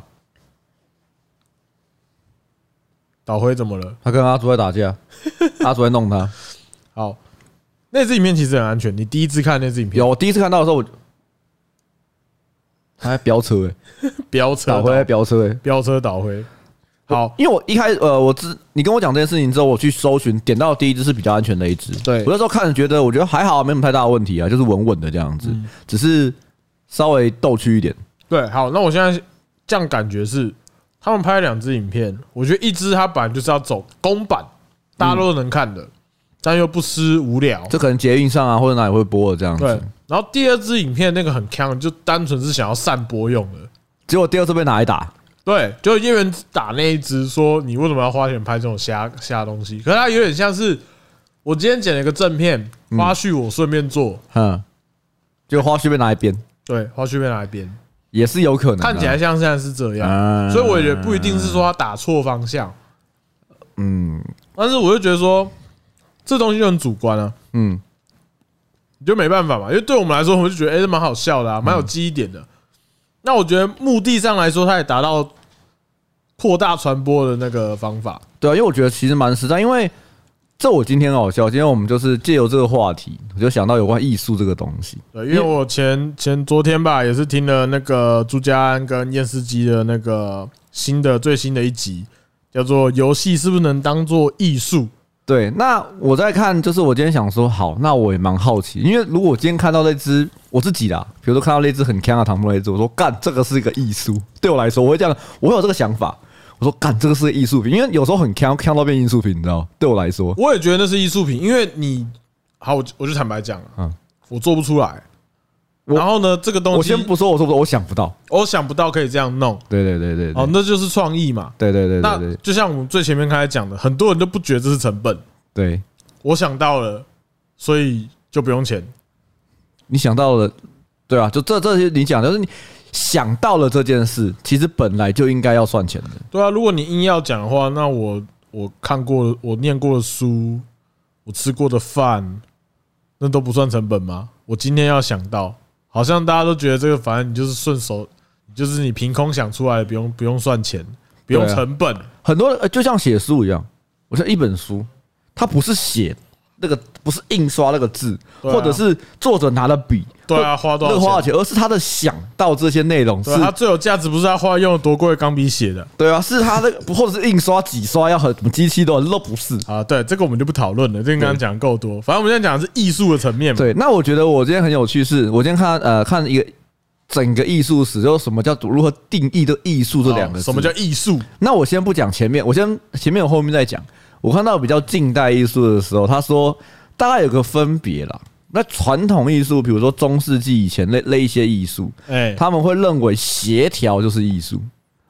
[SPEAKER 2] 导辉怎么了？
[SPEAKER 1] 他跟阿祖在打架，阿祖在弄他。
[SPEAKER 2] 好，那支影片其实很安全。你第一次看那支影片，
[SPEAKER 1] 有我第一次看到的时候，他在飙车
[SPEAKER 2] 飙车
[SPEAKER 1] 导辉在飙车
[SPEAKER 2] 飙车导辉。好，
[SPEAKER 1] 因为我一开始你跟我讲这件事情之后，我去搜寻，点到第一支是比较安全的一支。
[SPEAKER 2] 对，
[SPEAKER 1] 我那时候看着我觉得还好，没什么太大的问题啊，就是稳稳的这样子，只是稍微逗趣一点。
[SPEAKER 2] 对，好，那我现在这样感觉是，他们拍2支影片，我觉得一支它本来就是要走公版，大家都能看的，但又不失无聊。
[SPEAKER 1] 这可能捷运上啊或者哪里会播的这样子。
[SPEAKER 2] 对，然后第2支影片那个很鏘，就单纯是想要散播用的，
[SPEAKER 1] 结果第2次被拿来打。
[SPEAKER 2] 对，就叶原打那一支说你为什么要花钱拍这种瞎东西？可是它有点像是我今天剪了一个正片花絮，我顺便做，
[SPEAKER 1] 结果花絮被拿来编。
[SPEAKER 2] 对，花絮被拿来编
[SPEAKER 1] 也是有可能，
[SPEAKER 2] 看起来像现在是这样，所以我也觉得不一定是说他打错方向，但是我就觉得说这东西就很主观啊，你就没办法嘛，因为对我们来说，我们就觉得这蛮好笑的啊，蛮有记忆点的。那我觉得目的上来说，它也达到扩大传播的那个方法。
[SPEAKER 1] 对啊，因为我觉得其实蛮实在，因为这我今天很好笑，今天我们就是借由这个话题，我就想到有关艺术这个东西。
[SPEAKER 2] 对，因为我昨天吧，也是听了那个朱家安跟验司机的那个最新的一集，叫做《游戏是不是能当做艺术》。
[SPEAKER 1] 对，那我在看，就是我今天想说，好，那我也蛮好奇，因为如果我今天看到那只我自己啦，比如说看到那只很强的唐凤那只，我说干，这个是一个艺术。对我来说，我会这样，我会有这个想法。我说干，这个是个艺术品，因为有时候很强到变艺术品，你知道？对我来说，
[SPEAKER 2] 我也觉得那是艺术品，因为你好，我就坦白讲了，我做不出来。然后呢，这个东西
[SPEAKER 1] 我先不说我做不到，我想不到
[SPEAKER 2] 可以这样弄。
[SPEAKER 1] 对，
[SPEAKER 2] 哦，那就是创意嘛。
[SPEAKER 1] 对。
[SPEAKER 2] 那就像我们最前面刚才讲的，很多人都不觉得这是成本。
[SPEAKER 1] 对，
[SPEAKER 2] 我想到了，所以就不用钱。
[SPEAKER 1] 你想到了，对啊，就这些你讲，就是你想到了这件事，其实本来就应该要算钱的。
[SPEAKER 2] 对啊，如果你硬要讲的话，那我看过、我念过的书、我吃过的饭，那都不算成本吗？我今天要想到。好像大家都觉得这个，反正你就是顺手，就是你凭空想出来的，不用算钱，不用成本。
[SPEAKER 1] 很多人就像写书一样，我说一本书，它不是写那个，不是印刷那个字，或者是作者拿的笔，
[SPEAKER 2] 对啊，花多少钱，
[SPEAKER 1] 而是他的想到这些内容，是
[SPEAKER 2] 他最有价值，不是他用了多贵的钢笔写的，
[SPEAKER 1] 对啊，是他的，或者是印刷几刷要很什么机器都不是
[SPEAKER 2] 啊。对，这个我们就不讨论了，这个刚刚讲够多。反正我们现在讲的是艺术的层面嘛。
[SPEAKER 1] 对，那我觉得我今天很有趣，是我今天看一个整个艺术史，就是什么叫如何定义的艺术这2个字，
[SPEAKER 2] 什么叫艺术？
[SPEAKER 1] 那我先不讲前面，我先前面我后面再讲。我看到比较近代艺术的时候，他说大概有个分别啦。那传统艺术，比如说中世纪以前那一些艺术，他们会认为协调就是艺术。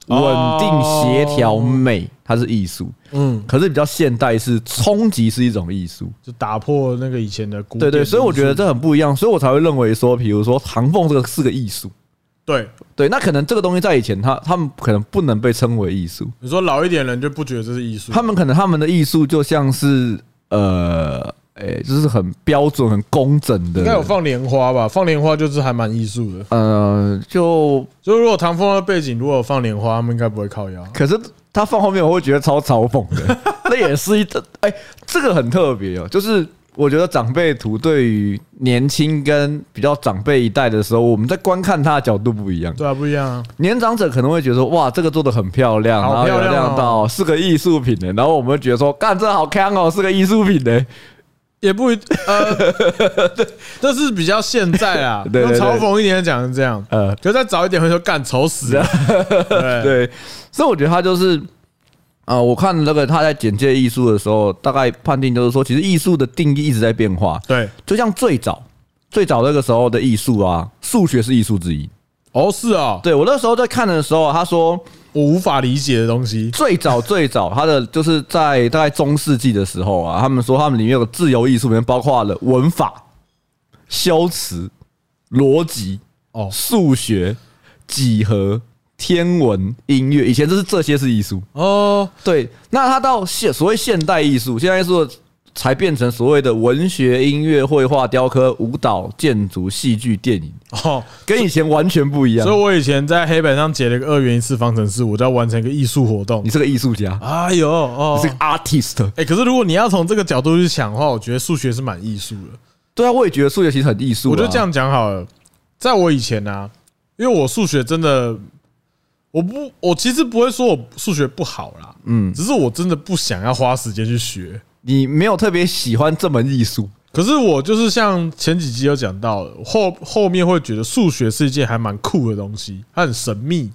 [SPEAKER 1] 稳定、协调、美，它是艺术。可是比较现代是冲击是一种艺术，
[SPEAKER 2] 就打破那个以前的古典。
[SPEAKER 1] 对，所以我觉得这很不一样，所以我才会认为说，比如说唐凤这个是个艺术。对，那可能这个东西在以前他们可能不能被称为艺术。
[SPEAKER 2] 你说老一点人就不觉得这是艺术，
[SPEAKER 1] 他们可能他们的艺术就像是就是很标准、很工整的。
[SPEAKER 2] 应该有放莲花吧？放莲花就是还蛮艺术的。
[SPEAKER 1] 就
[SPEAKER 2] 如果唐凤的背景如果有放莲花，他们应该不会靠腰。
[SPEAKER 1] 可是他放后面，我会觉得超嘲讽的。那也是这个很特别哦，就是。我觉得长辈图对于年轻跟比较长辈一代的时候，我们在观看他的角度不一样。
[SPEAKER 2] 对啊，不一样啊。
[SPEAKER 1] 年长者可能会觉得说，哇，这个做的很漂亮，然后有亮到是个艺术品的，然后我们会觉得说，干这好看哦，是个艺术品的。
[SPEAKER 2] 也不这是比较现在啊，用嘲讽一点讲是这样。可是再早一点会说干丑死了。
[SPEAKER 1] 对，所以我觉得他就是。我看那个他在简介艺术的时候，大概判定就是说，其实艺术的定义一直在变化。
[SPEAKER 2] 对，
[SPEAKER 1] 就像最早那个时候的艺术啊，数学是艺术之一。
[SPEAKER 2] 哦，是啊。
[SPEAKER 1] 对，我那时候在看的时候，他说
[SPEAKER 2] 我无法理解的东西。
[SPEAKER 1] 最早，他的就是在大概中世纪的时候啊，他们说他们里面有个自由艺术，里面包括了文法、修辞、逻辑、数学、几何。天文、音乐，以前这些是艺术哦。对，那它到所谓现代艺术，现代艺术才变成所谓的文学、音乐、绘画、雕刻、舞蹈、建筑、戏剧、电影哦，跟以前完全不一样。
[SPEAKER 2] 所以我以前在黑板上解了一个2元一次方程式，我就要完成一个艺术活动。
[SPEAKER 1] 你是个艺术家，
[SPEAKER 2] 哎呦，
[SPEAKER 1] 你是个 artist。
[SPEAKER 2] 可是如果你要从这个角度去想的话，我觉得数学是蛮艺术的。
[SPEAKER 1] 对啊，我也觉得数学其实很艺术。
[SPEAKER 2] 我就这样讲好了，在我以前啊，因为我数学真的。我其实不会说我数学不好啦，只是我真的不想要花时间去学。
[SPEAKER 1] 你没有特别喜欢这门艺术，
[SPEAKER 2] 可是我就是像前几集有讲到的，后面会觉得数学是一件还蛮酷的东西，它很神秘。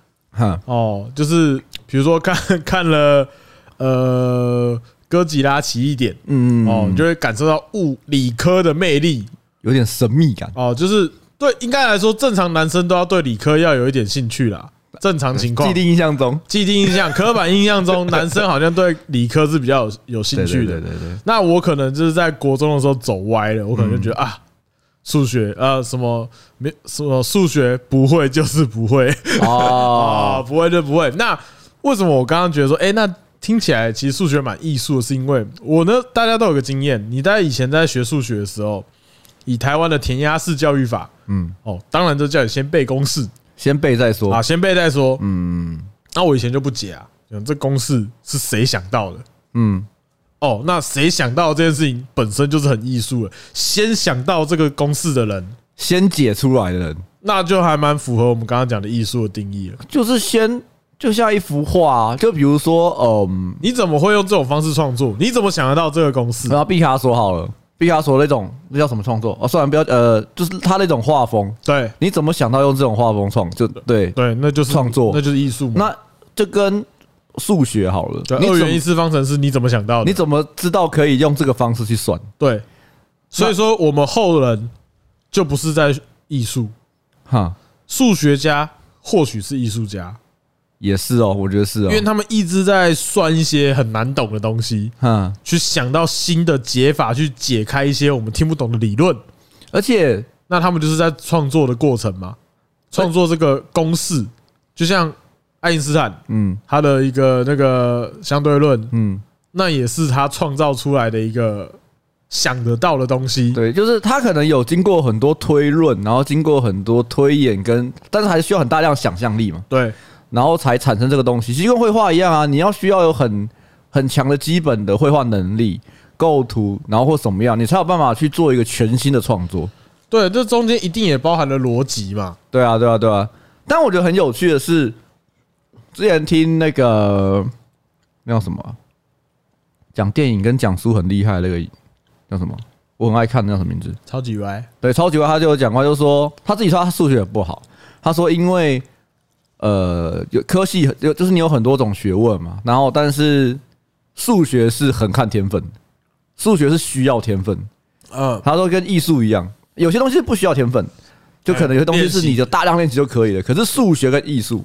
[SPEAKER 2] 就是比如说看了哥吉拉奇异点，你就会感受到理科的魅力，
[SPEAKER 1] 有点神秘感。
[SPEAKER 2] 就是对，应该来说，正常男生都要对理科要有一点兴趣啦。正常情况，
[SPEAKER 1] 既定印象，刻板印象中，男生好像对理科是比较有兴趣的。对。那我可能就是在国中的时候走歪了，我可能就觉得数学什么数学不会就是不会不会就不会。那为什么我刚刚觉得说，那听起来其实数学蛮艺术的，是因为我呢，大家都有个经验，你在以前在学数学的时候，以台湾的填鸭式教育法，当然就叫你先背公式。先背再说
[SPEAKER 2] 先背再说。那我以前就不解啊，这公式是谁想到的？那谁想到这件事情本身就是很艺术了。先想到这个公式的人，
[SPEAKER 1] 先解出来的人，
[SPEAKER 2] 那就还蛮符合我们刚刚讲的艺术的定义了。
[SPEAKER 1] 就是就像一幅画，就比如说，
[SPEAKER 2] 你怎么会用这种方式创作？你怎么想得到这个公式？
[SPEAKER 1] 然后毕卡索好了。毕卡索那种那叫什么创作？算了，不要就是他那种画风。
[SPEAKER 2] 对，
[SPEAKER 1] 你怎么想到用这种画风对，
[SPEAKER 2] 那就是
[SPEAKER 1] 创作，
[SPEAKER 2] 那就是艺术嘛。
[SPEAKER 1] 那就跟数学好了
[SPEAKER 2] ，2元一次方程式你怎么想到的？
[SPEAKER 1] 你怎么知道可以用这个方式去算？
[SPEAKER 2] 对，所以说我们后人就不是在艺术，数学家或许是艺术家。
[SPEAKER 1] 也是我觉得是因
[SPEAKER 2] 为他们一直在算一些很难懂的东西，去想到新的解法，去解开一些我们听不懂的理论，
[SPEAKER 1] 而且
[SPEAKER 2] 那他们就是在创作的过程嘛，创作这个公式，就像爱因斯坦，他的一个那个相对论，那也是他创造出来的一个想得到的东西。
[SPEAKER 1] 对，就是他可能有经过很多推论，然后经过很多推演但是还是需要很大量想象力嘛。
[SPEAKER 2] 对。
[SPEAKER 1] 然后才产生这个东西，其实跟绘画一样啊，你要需要有很强的基本的绘画能力、构图，然后或什么样，你才有办法去做一个全新的创作。
[SPEAKER 2] 对，这中间一定也包含了逻辑嘛。
[SPEAKER 1] 对啊。但我觉得很有趣的是，之前听那个叫什么讲电影跟讲书很厉害那个叫什么，我很爱看，那叫什么名字？
[SPEAKER 2] 超级歪。
[SPEAKER 1] 对，超级歪，他就有讲过，就是说他自己说他数学也不好，他说因为。有科系就是你有很多种学问嘛，然后但是数学是很看天分，数学是需要天分。他说跟艺术一样，有些东西是不需要天分，就可能有些东西是你的大量练习就可以了。可是数学跟艺术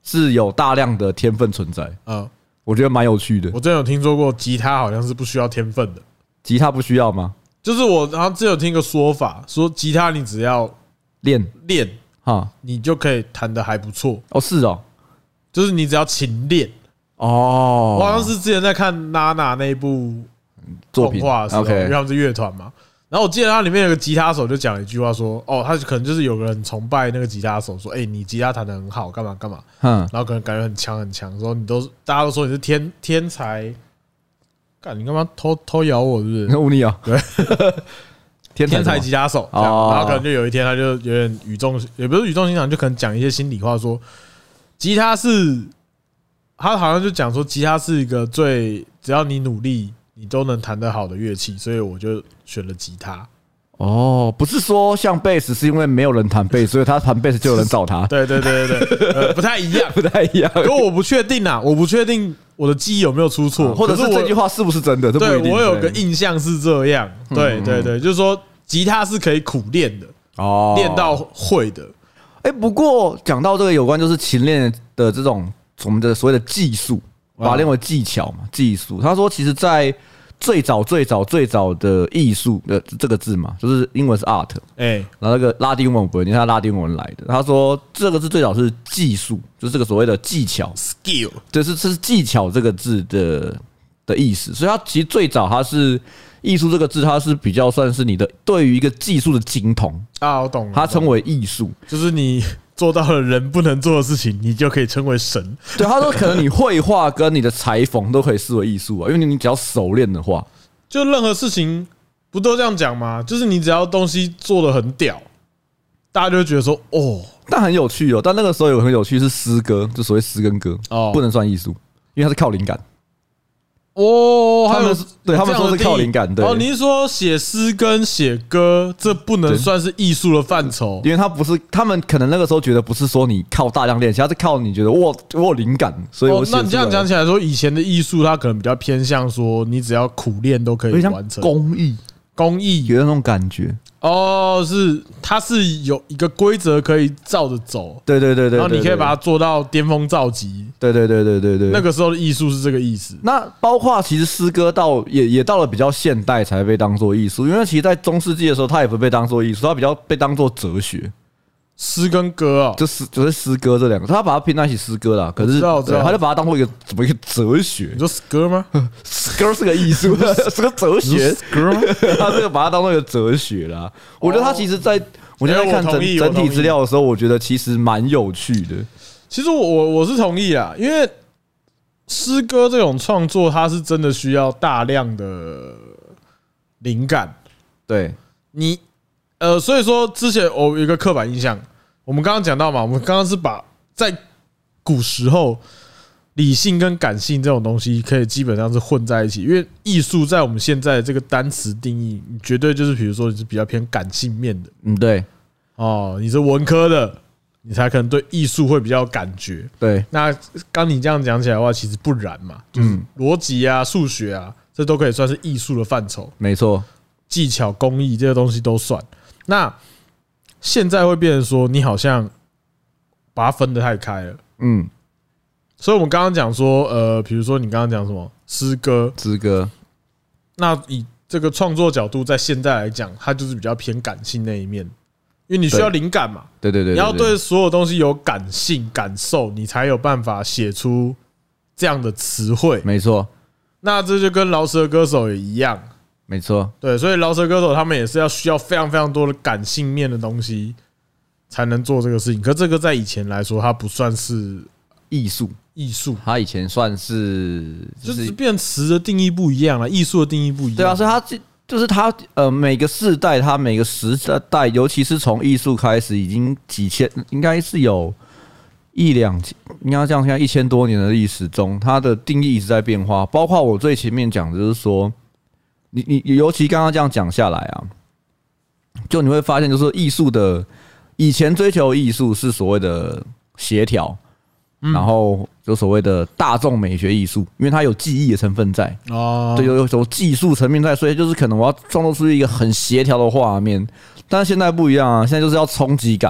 [SPEAKER 1] 是有大量的天分存在。我觉得蛮有趣的。
[SPEAKER 2] 我真有听说过吉他好像是不需要天分的。
[SPEAKER 1] 吉他不需要吗？
[SPEAKER 2] 就是我好像之前有听一个说法，说吉他你只要练哈，你就可以弹得还不错。
[SPEAKER 1] 哦，是哦，
[SPEAKER 2] 就是你只要勤练。哦，我好像是之前在看娜娜那一部动画的时候，因为他们是乐团嘛。然后我记得它里面有个吉他手就讲了一句话说，他可能就是有个人崇拜那个吉他手，说，你吉他弹得很好，干嘛干嘛，然后可能感觉很强很强，说大家都说你是天才，干你干嘛偷咬我是不是？
[SPEAKER 1] 忤逆啊，
[SPEAKER 2] 对，天才吉他手，然后可能就有一天他就有点也不是语重心长，就可能讲一些心里话，说吉他是，他好像就讲说吉他是一个只要你努力。你都能弹得好的乐器，所以我就选了吉他。
[SPEAKER 1] 不是说像贝斯是因为没有人弹贝斯，所以他弹贝斯就有人找他。
[SPEAKER 2] 对，不太一样，
[SPEAKER 1] 不太一样。
[SPEAKER 2] 可我不确定啊，我不确定我的记忆有没有出错，
[SPEAKER 1] 或者是这句话是不是真的？
[SPEAKER 2] 对，我有个印象是这样。对，就是说吉他是可以苦练的，练到会的。
[SPEAKER 1] 不过讲到这个有关就是勤练的这种我们的所谓的技术。把它列为技巧嘛，技术。他说，其实，在最早的艺术的这个字嘛，就是英文是 art， 然后那个拉丁文我不会念，它拉丁文来的。他说，这个字最早是技术，就是这个所谓的技巧
[SPEAKER 2] skill，
[SPEAKER 1] 是技巧这个字的意思。所以它其实最早它是艺术这个字，它是比较算是你的对于一个技术的精通
[SPEAKER 2] 我懂了。
[SPEAKER 1] 它称为艺术，
[SPEAKER 2] 就是你。做到了人不能做的事情，你就可以称为神。
[SPEAKER 1] 对，他说可能你绘画跟你的裁缝都可以视为艺术啊，因为你只要熟练的话，
[SPEAKER 2] 就任何事情不都这样讲吗？就是你只要东西做得很屌，大家就会觉得说
[SPEAKER 1] 但很有趣哦。但那个时候有很有趣是诗歌，就所谓诗跟歌不能算艺术，因为它是靠灵感。他们说是靠灵感。对，
[SPEAKER 2] 你是说写诗跟写歌，这不能算是艺术的范畴？
[SPEAKER 1] 因为它不是，他们可能那个时候觉得不是说你靠大量练习，它是靠你觉得我有灵感，所以我写。
[SPEAKER 2] 那你这样讲起来说，以前的艺术它可能比较偏向说，你只要苦练都可以完成。工艺
[SPEAKER 1] 有那种感觉。
[SPEAKER 2] 它是有一个规则可以照着走，
[SPEAKER 1] 对，
[SPEAKER 2] 然后你可以把它做到巅峰造极，
[SPEAKER 1] 对，
[SPEAKER 2] 那个时候的艺术是这个意思。
[SPEAKER 1] 那包括其实诗歌也到了比较现代才被当作艺术，因为其实在中世纪的时候，它也不被当作艺术，它比较被当作哲学。
[SPEAKER 2] 诗跟歌
[SPEAKER 1] 就是诗歌这两个，他把它拼在一起诗歌啦。可是他就把它当做一个哲学。
[SPEAKER 2] 你说诗歌吗？
[SPEAKER 1] 诗歌是个艺术，是个哲学。他这个把它当做一个哲学啦。我觉得他其实我觉得在看整体资料的时候，我觉得其实蛮有趣的。
[SPEAKER 2] 其实我是同意啦，因为诗歌这种创作，它是真的需要大量的灵感。
[SPEAKER 1] 对
[SPEAKER 2] 你。所以说之前我有一个刻板印象，我们刚刚讲到嘛，我们刚刚是把在古时候理性跟感性这种东西可以基本上是混在一起，因为艺术在我们现在的这个单词定义，绝对就是比如说你是比较偏感性面的，
[SPEAKER 1] 对，
[SPEAKER 2] 你是文科的，你才可能对艺术会比较有感觉。
[SPEAKER 1] 对，
[SPEAKER 2] 那刚你这样讲起来的话，其实不然嘛，就是逻辑啊、数学啊，这都可以算是艺术的范畴。
[SPEAKER 1] 没错，
[SPEAKER 2] 技巧、工艺这些东西都算。那现在会变成说，你好像把它分得太开了，所以我们刚刚讲说，比如说你刚刚讲什么诗歌，那以这个创作角度，在现在来讲，它就是比较偏感性那一面，因为你需要灵感嘛，
[SPEAKER 1] 对，
[SPEAKER 2] 你要对所有东西有感性感受，你才有办法写出这样的词汇，
[SPEAKER 1] 没错。
[SPEAKER 2] 那这就跟饶舌歌手也一样。
[SPEAKER 1] 没错，
[SPEAKER 2] 对，所以饶舌歌手他们也是需要非常非常多的感性面的东西才能做这个事情。可这个在以前来说，它不算是艺术，
[SPEAKER 1] 它以前算是
[SPEAKER 2] 就是变词的定义不一样了，艺术的定义不一样。
[SPEAKER 1] 对啊，所以它就是它每个世代，它每个时代，尤其是从艺术开始，已经几千，应该是有应该这样看1000多年的历史中，它的定义一直在变化。包括我最前面讲的就是说。你尤其刚刚这样讲下来啊，就你会发现，就是艺术的以前追求艺术是所谓的协调，然后就所谓的大众美学艺术，因为它有技艺的成分在对，有技术层面在，所以就是可能我要创作出一个很协调的画面。但是现在不一样啊，现在就是要冲击感，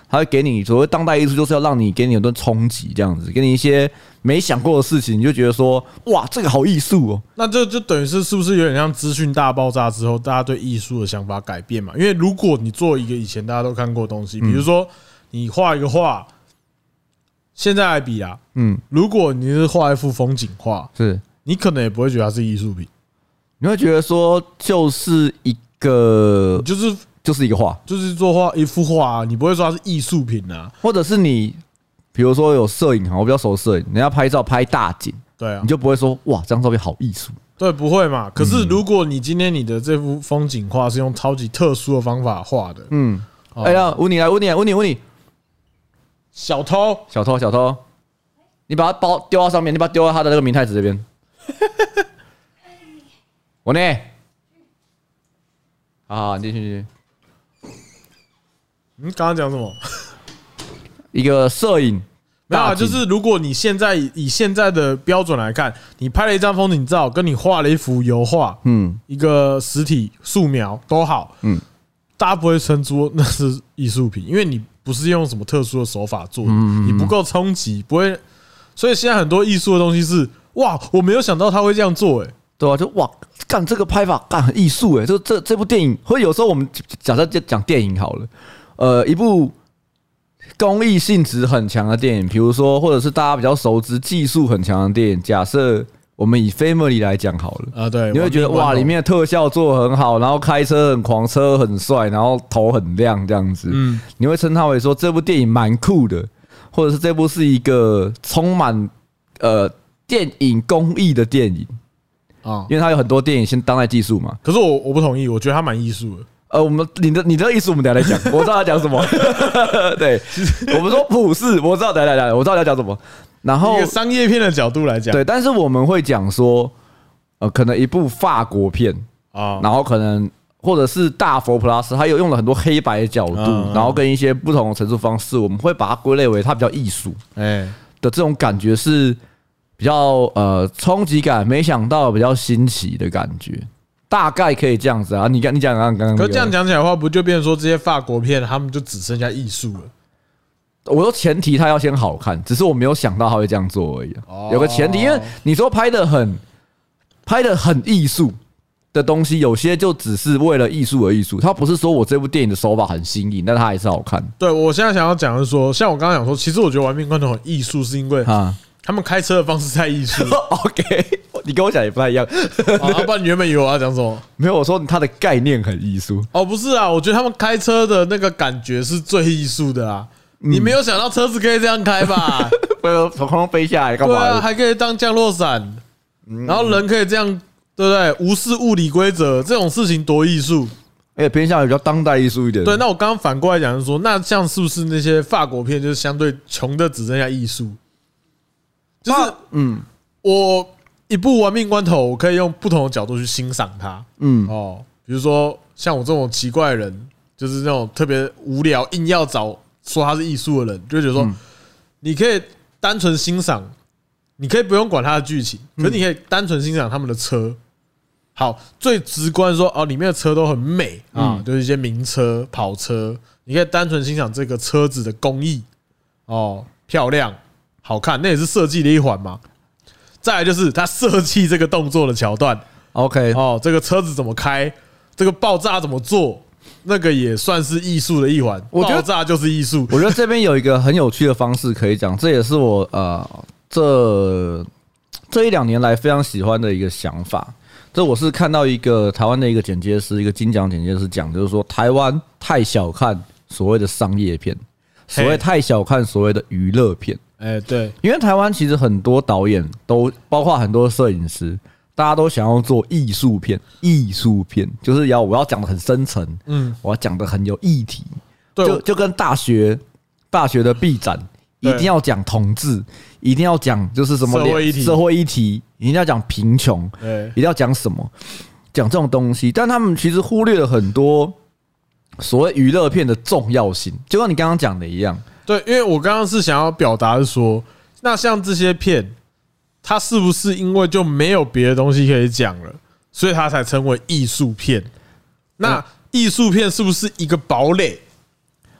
[SPEAKER 1] 它会给你所谓当代艺术，就是要让你给你很多冲击，这样子，给你一些没想过的事情，你就觉得说，哇，这个好艺术哦。
[SPEAKER 2] 那这就等于是不是有点像资讯大爆炸之后，大家对艺术的想法改变嘛？因为如果你做一个以前大家都看过的东西，比如说你画一个画，现在来比啊，如果你是画一幅风景画，
[SPEAKER 1] 是
[SPEAKER 2] 你可能也不会觉得它是艺术品，
[SPEAKER 1] 你会觉得说就是一个，就是一个画，
[SPEAKER 2] 就是做一幅画，你不会说它是艺术品啊，
[SPEAKER 1] 或者是你。比如说有摄影行，我比较熟摄影，人家拍照拍大景，
[SPEAKER 2] 对啊，
[SPEAKER 1] 你就不会说哇，这张照片好艺术，
[SPEAKER 2] 对，不会嘛。可是如果你今天你的这幅风景画是用超级特殊的方法画的，
[SPEAKER 1] 哎呀，问你，
[SPEAKER 2] 小偷，
[SPEAKER 1] 你把它包丢到上面，你把它丢到他的那个明太子这边，我呢，好，你进去。
[SPEAKER 2] 刚刚讲什么？
[SPEAKER 1] 一个摄影，
[SPEAKER 2] 没有，就是如果你现在以现在的标准来看，你拍了一张风景照，跟你画了一幅油画，一个实体素描都好，大家不会称作那是艺术品，因为你不是用什么特殊的手法做的，你不够冲击，不会。所以现在很多艺术的东西是，哇，我没有想到他会这样做，
[SPEAKER 1] 对啊，就哇，干这个拍法干很艺术，这部电影，或者有时候我们假设讲电影好了，一部。工艺性质很强的电影，比如说，或者是大家比较熟知技术很强的电影，假设我们以 Family 来讲好了，
[SPEAKER 2] 对，
[SPEAKER 1] 你会觉得哇，里面的特效做得很好，然后开车很狂，车很帅，然后头很亮这样子，你会称它为说这部电影蛮酷的，或者是这部是一个充满电影工艺的电影啊，因为它有很多电影先当代技术嘛。
[SPEAKER 2] 可是我不同意，我觉得它蛮艺术的。
[SPEAKER 1] 你的意思我们等一下来讲，我知道他讲什么。对，我们说普世，我知道，我知道要讲什么。然后
[SPEAKER 2] 一个商业片的角度来讲，
[SPEAKER 1] 对，但是我们会讲说，可能一部法国片啊，然后可能或者是大佛普拉斯，它有用了很多黑白的角度，然后跟一些不同的陈述方式，我们会把它归类为它比较艺术，的这种感觉是比较冲击感，没想到比较新奇的感觉。大概可以这样子啊，你讲刚刚，
[SPEAKER 2] 可这样讲起来的话，不就变成说这些法国片他们就只剩下艺术了？
[SPEAKER 1] 我说前提它要先好看，只是我没有想到他会这样做而已。有个前提，因为你说拍的很艺术的东西，有些就只是为了艺术而艺术，它不是说我这部电影的手法很新颖，但它还是好看。
[SPEAKER 2] 对，我现在想要讲的是说，像我刚刚讲说，其实我觉得《玩命关头》很艺术，是因为他们开车的方式太艺术。
[SPEAKER 1] OK， 你跟我讲也不太一样。
[SPEAKER 2] 不然你原本以为我要讲什么？
[SPEAKER 1] 没有，我说它的概念很艺术。
[SPEAKER 2] 不是啊，我觉得他们开车的那个感觉是最艺术的啊。你没有想到车子可以这样开吧？
[SPEAKER 1] 从空中飞下来干嘛？
[SPEAKER 2] 对啊，还可以当降落伞，然后人可以这样，对不对？无视物理规则，这种事情多艺术。
[SPEAKER 1] 而且偏向于比较当代艺术一点。
[SPEAKER 2] 对，那我刚刚反过来讲是说，那像是不是那些法国片就是相对穷的只剩下艺术？就是我一部玩命关头，我可以用不同的角度去欣赏它。比如说像我这种奇怪的人，就是那种特别无聊，硬要找说它是艺术的人，就会觉得说，你可以单纯欣赏，你可以不用管它的剧情，可是你可以单纯欣赏他们的车。好，最直观说里面的车都很美啊，就是一些名车、跑车，你可以单纯欣赏这个车子的工艺，漂亮、好看，那也是设计的一环嘛。再来就是他设计这个动作的桥段
[SPEAKER 1] ，OK，
[SPEAKER 2] 这个车子怎么开，这个爆炸怎么做，那个也算是艺术的一环。爆炸就是艺术。
[SPEAKER 1] 我觉得这边有一个很有趣的方式可以讲，这也是我这一两年来非常喜欢的一个想法。这我是看到一个台湾的一个剪接师，一个金奖剪接师讲，就是说台湾太小看所谓的商业片，所谓太小看所谓的娱乐片。
[SPEAKER 2] 对，
[SPEAKER 1] 因为台湾其实很多导演都包括很多摄影师，大家都想要做艺术片，就是我要讲的很深层，我要讲的很有议题，就跟大学的毕展一定要讲同志，一定要讲就是什么社会议题，一定要讲贫穷，一定要讲什么，讲这种东西，但他们其实忽略了很多所谓娱乐片的重要性，就像你刚刚讲的一样。
[SPEAKER 2] 对，因为我刚刚是想要表达的说，那像这些片，它是不是因为就没有别的东西可以讲了，所以它才称为艺术片？那艺术片是不是一个堡垒？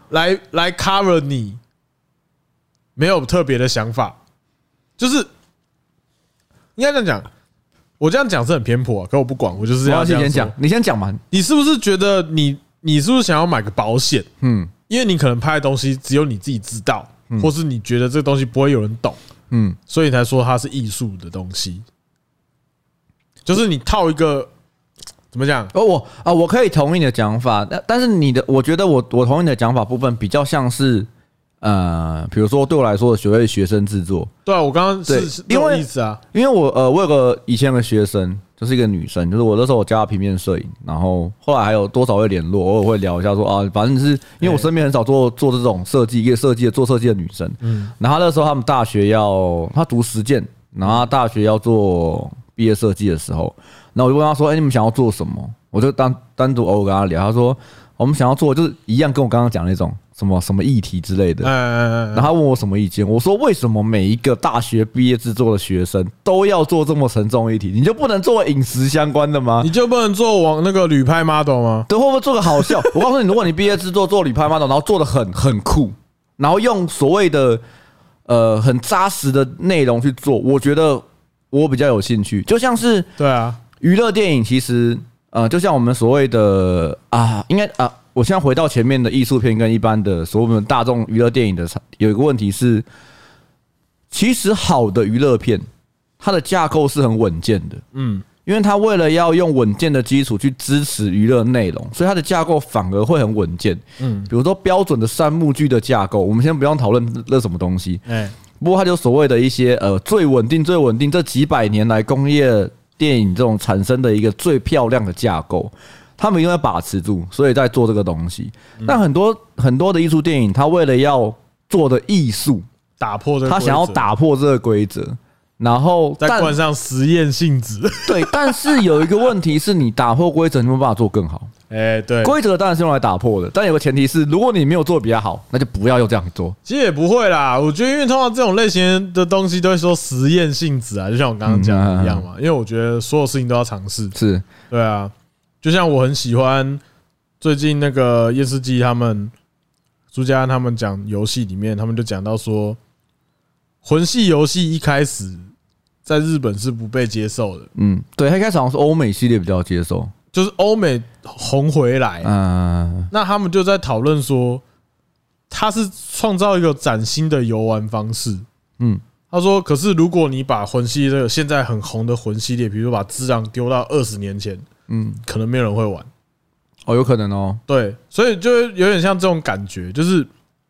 [SPEAKER 2] 来 cover 你没有特别的想法，就是应该这样讲。我这样讲是很偏颇啊，可我不管，我就是要这样说。
[SPEAKER 1] 你先讲嘛。
[SPEAKER 2] 你是不是觉得你是不是想要买个保险？因为你可能拍的东西只有你自己知道，或是你觉得这个东西不会有人懂，所以你才说它是艺术的东西。就是你套一个怎么讲？
[SPEAKER 1] 我可以同意你的讲法，但是我觉得我同意你的讲法部分比较像是比如说对我来说的所谓学生制作。
[SPEAKER 2] 对啊，我刚刚是这个意思啊。
[SPEAKER 1] 因为我有个以前有个学生，就是一个女生，就是我那时候我教她平面摄影，然后后来还有多少会联络，偶尔会聊一下说啊，反正是因为我身边很少做这种设计做设计的女生。然后那时候他们大学她读实践，然后大学要做毕业设计的时候，然后我就问她说：“你们想要做什么？”我就单独偶尔跟她聊，她说：“我们想要做就是一样跟我刚刚讲那种。”什么议题之类的，然后他问我什么意见，我说为什么每一个大学毕业制作的学生都要做这么沉重议题？你就不能做饮食相关的吗？
[SPEAKER 2] 你就不能做往那个旅拍 model 吗？
[SPEAKER 1] 对，会不会做个好笑？我告诉你，如果你毕业制作做旅拍 model， 然后做的很酷，然后用所谓的很扎实的内容去做，我觉得我比较有兴趣。就像是
[SPEAKER 2] 对啊，
[SPEAKER 1] 娱乐电影其实就像我们所谓的应该我现在回到前面的艺术片跟一般的所谓的大众娱乐电影的有一个问题是，其实好的娱乐片它的架构是很稳健的，因为它为了要用稳健的基础去支持娱乐内容，所以它的架构反而会很稳健。比如说标准的3幕剧的架构，我们先不用讨论那什么东西，不过它就所谓的一些最稳定这几百年来工业电影这种产生的一个最漂亮的架构。他们一定会把持住，所以在做这个东西。但很多的艺术电影，他为了要做的艺术，他想要打破这个规则，然后
[SPEAKER 2] 再冠上实验性质。
[SPEAKER 1] 对，但是有一个问题是你打破规则，你没有办法做更好。
[SPEAKER 2] 对，
[SPEAKER 1] 规则当然是用来打破的，但有个前提是，如果你没有做比较好，那就不要用这样做。
[SPEAKER 2] 其实也不会啦，我觉得因为通常这种类型的东西都会说实验性质啊，就像我刚刚讲的一样嘛。因为我觉得所有事情都要尝试。
[SPEAKER 1] 是，
[SPEAKER 2] 对啊。就像我很喜欢最近那个叶世基他们朱家安他们讲游戏里面，他们就讲到说，魂系游戏一开始在日本是不被接受的。
[SPEAKER 1] 对，他一开始好像是欧美系列比较接受，
[SPEAKER 2] 就是欧美红回来，那他们就在讨论说，他是创造一个崭新的游玩方式。他说，可是如果你把魂系这个现在很红的魂系列，比如说把《只狼》丢到20年前。可能没有人会玩，
[SPEAKER 1] 有可能哦。对，
[SPEAKER 2] 所以就有点像这种感觉，就是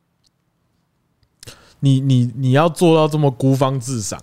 [SPEAKER 2] 你要做到这么孤芳自赏，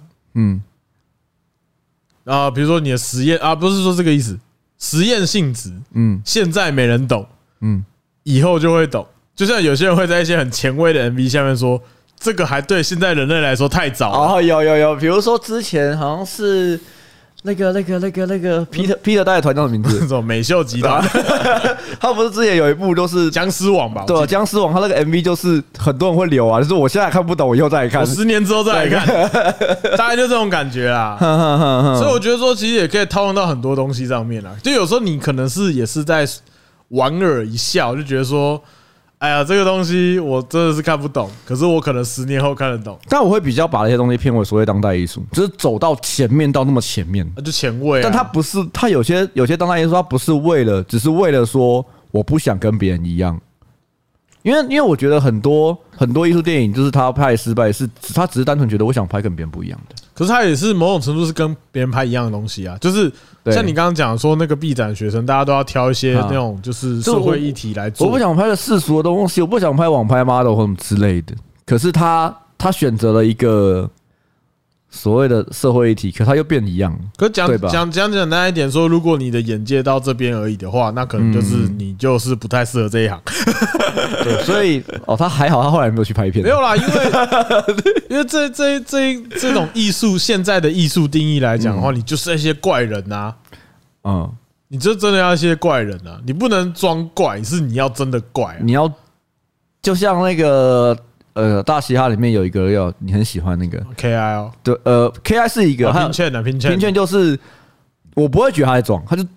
[SPEAKER 2] 比如说你的实验不是说这个意思，实验性质，现在没人懂，以后就会懂。就像有些人会在一些很前卫的 MV 下面说，这个还对现在人类来说太早了。
[SPEAKER 1] 有，比如说之前好像是。那个 Peter 带的团叫什么名字？
[SPEAKER 2] 这种美秀集团，
[SPEAKER 1] 他不是之前有一部就是
[SPEAKER 2] 僵尸网吧？
[SPEAKER 1] 对，僵尸网，他那个 MV 就是很多人会留就是我现在看不懂，我以后再来看，
[SPEAKER 2] 我10年之后再来看，大概就这种感觉啦。所以我觉得说，其实也可以套用到很多东西上面啦。就有时候你可能也是在莞尔一笑，就觉得说。哎呀，这个东西我真的是看不懂，可是我可能10年后看得懂。
[SPEAKER 1] 但我会比较把那些东西偏为所谓当代艺术，就是走到前面到那么前面，
[SPEAKER 2] 就前卫。
[SPEAKER 1] 但它不是，它有些当代艺术，它不是只是为了说我不想跟别人一样。因为我觉得很多艺术电影就是他拍失败，他只是单纯觉得我想拍跟别人不一样的。
[SPEAKER 2] 可是他也是某种程度是跟别人拍一样的东西啊，就是像你刚刚讲说那个毕展学生，大家都要挑一些那种就是社会议题来做。
[SPEAKER 1] 我不想拍的世俗的东西，我不想拍网拍 model 或什么之类的。可是他选择了一个所谓的社会议题，可他又变一样。
[SPEAKER 2] 可讲简单一点说，如果你的眼界到这边而已的话，那可能就是你就是不太适合这一行。
[SPEAKER 1] 对，所以他还好，他后来没有去拍片。
[SPEAKER 2] 没有啦，因为这种艺术，现在的艺术定义来讲的话，你就是一些怪人啊。你就真的要一些怪人啊，你不能装怪，是你要真的怪。
[SPEAKER 1] 你要就像那个。大嘻哈里面有一个你很喜欢那个
[SPEAKER 2] KI
[SPEAKER 1] 对，KI 是一个
[SPEAKER 2] 拼券
[SPEAKER 1] 就是我不会觉得他在装，他就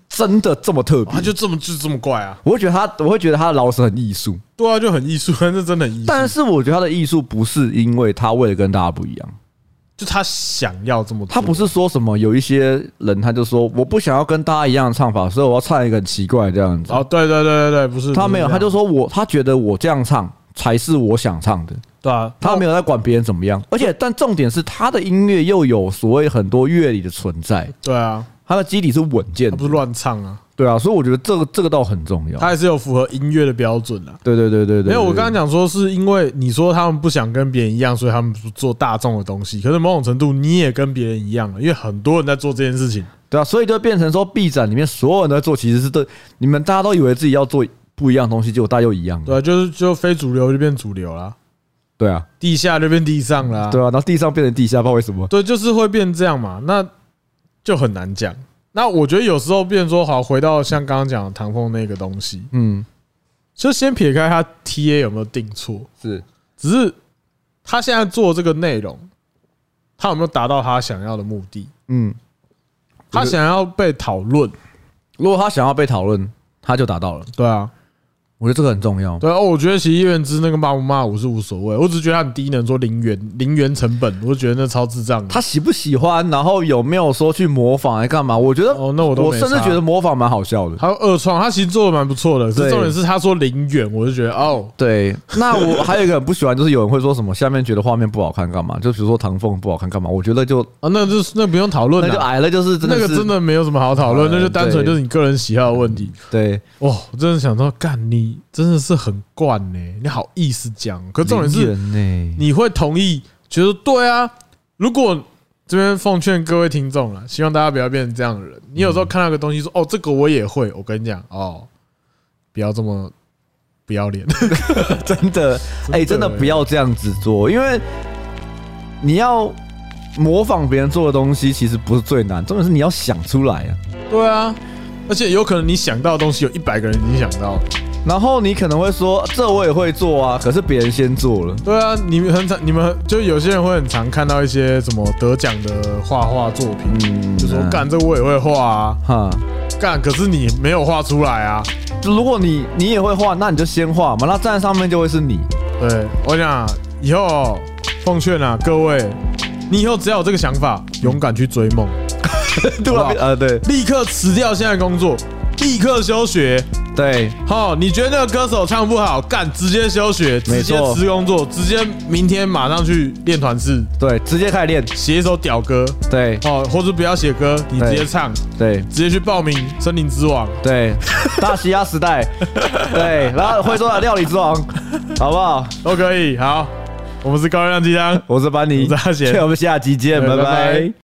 [SPEAKER 1] 真的这么特别，
[SPEAKER 2] 他就这么怪啊！
[SPEAKER 1] 我会觉得他的饶舌很艺术，
[SPEAKER 2] 对啊，就很艺术，但是真的很艺术。
[SPEAKER 1] 但是我觉得他的艺术不是因为他为了跟大家不一样，
[SPEAKER 2] 就他想要这么做。
[SPEAKER 1] 他不是说什么有一些人他就说我不想要跟大家一样的唱法，所以我要唱一个很奇怪这样子。
[SPEAKER 2] 哦，对，不是
[SPEAKER 1] 他没有，他就说他觉得我这样唱才是我想唱的。
[SPEAKER 2] 对啊，
[SPEAKER 1] 他没有在管别人怎么样，而且但重点是他的音乐又有所谓很多乐理的存在。
[SPEAKER 2] 对啊，
[SPEAKER 1] 他的基底是稳健的，
[SPEAKER 2] 他不是乱唱啊。
[SPEAKER 1] 对啊，所以我觉得这个倒很重要，
[SPEAKER 2] 他还是有符合音乐的标准啊。
[SPEAKER 1] 对，
[SPEAKER 2] 没有，我刚刚讲说是因为你说他们不想跟别人一样，所以他们不做大众的东西。可是某种程度你也跟别人一样了，因为很多人在做这件事情。
[SPEAKER 1] 对啊，所以就变成说 B 展里面所有人都在做，其实是对你们大家都以为自己要做不一样的东西，结果大家又一样。
[SPEAKER 2] 对啊，就非主流就变主流啦。
[SPEAKER 1] 对啊，
[SPEAKER 2] 地下就变地上啦。
[SPEAKER 1] 对啊，然后地上变成地下，不知道为什么。
[SPEAKER 2] 对，就是会变这样嘛，那就很难讲。那我觉得有时候变成说，好，回到像刚刚讲的唐凤那个东西，就先撇开他 TA 有没有定错，只是他现在做这个内容，他有没有达到他想要的目的？他想要被讨论，
[SPEAKER 1] 如果他想要被讨论，他就达到了。
[SPEAKER 2] 对啊。
[SPEAKER 1] 我觉得这个很重要。
[SPEAKER 2] 对啊，我觉得其实叶元之那个骂不骂我是无所谓，我只是觉得他很低能，说零元成本，我就觉得那超智障的。
[SPEAKER 1] 他喜不喜欢，然后有没有说去模仿来干嘛？我觉得
[SPEAKER 2] 那我
[SPEAKER 1] 甚至觉得模仿蛮好笑的。
[SPEAKER 2] 还有二创，他其实做的蛮不错的。重点是他说零元，我就觉得
[SPEAKER 1] 对。那我还有一个很不喜欢，就是有人会说什么下面觉得画面不好看干嘛？就比如说唐凤不好看干嘛？我觉得就
[SPEAKER 2] 那不用讨论，
[SPEAKER 1] 那就矮了，就是
[SPEAKER 2] 那个真的没有什么好讨论，那就单纯就是你个人喜好的问题。
[SPEAKER 1] 对，
[SPEAKER 2] 我真的想说，干你真的是很惯呢，你好意思讲？可重点是，你会同意？觉得对啊。如果这边奉劝各位听众了，希望大家不要变成这样的人。你有时候看到一个东西说，这个我也会，我跟你讲，不要这么不要脸，
[SPEAKER 1] 真的，真的不要这样子做，因为你要模仿别人做的东西，其实不是最难，重点是你要想出来啊。对啊，
[SPEAKER 2] 而且有可能你想到的东西有100个人已经想到了。
[SPEAKER 1] 然后你可能会说，这我也会做啊，可是别人先做了。
[SPEAKER 2] 对啊，你们就有些人会很常看到一些什么得奖的画作品，就说干这我也会画啊，干可是你没有画出来啊。
[SPEAKER 1] 就如果你也会画，那你就先画嘛，那站在上面就会是你。
[SPEAKER 2] 对，我讲以后奉劝啊各位，你以后只要有这个想法，勇敢去追梦，
[SPEAKER 1] 对，
[SPEAKER 2] 立刻辞掉现在工作，立刻休学。
[SPEAKER 1] 对，
[SPEAKER 2] 你觉得那个歌手唱不好，干直接休学，直接辞工作，直接明天马上去练团式，
[SPEAKER 1] 对，直接开始练，
[SPEAKER 2] 写一首屌歌，
[SPEAKER 1] 对，
[SPEAKER 2] 或者不要写歌，你直接唱，
[SPEAKER 1] 对，
[SPEAKER 2] 直接去报名森林之王，
[SPEAKER 1] 对，大西亚时代，对，然后会做的料理之王，好不好？
[SPEAKER 2] 都可以。好，我们是高热量鸡汤，
[SPEAKER 1] 我是班尼，
[SPEAKER 2] 我是阿贤，
[SPEAKER 1] 我们下集见，拜拜。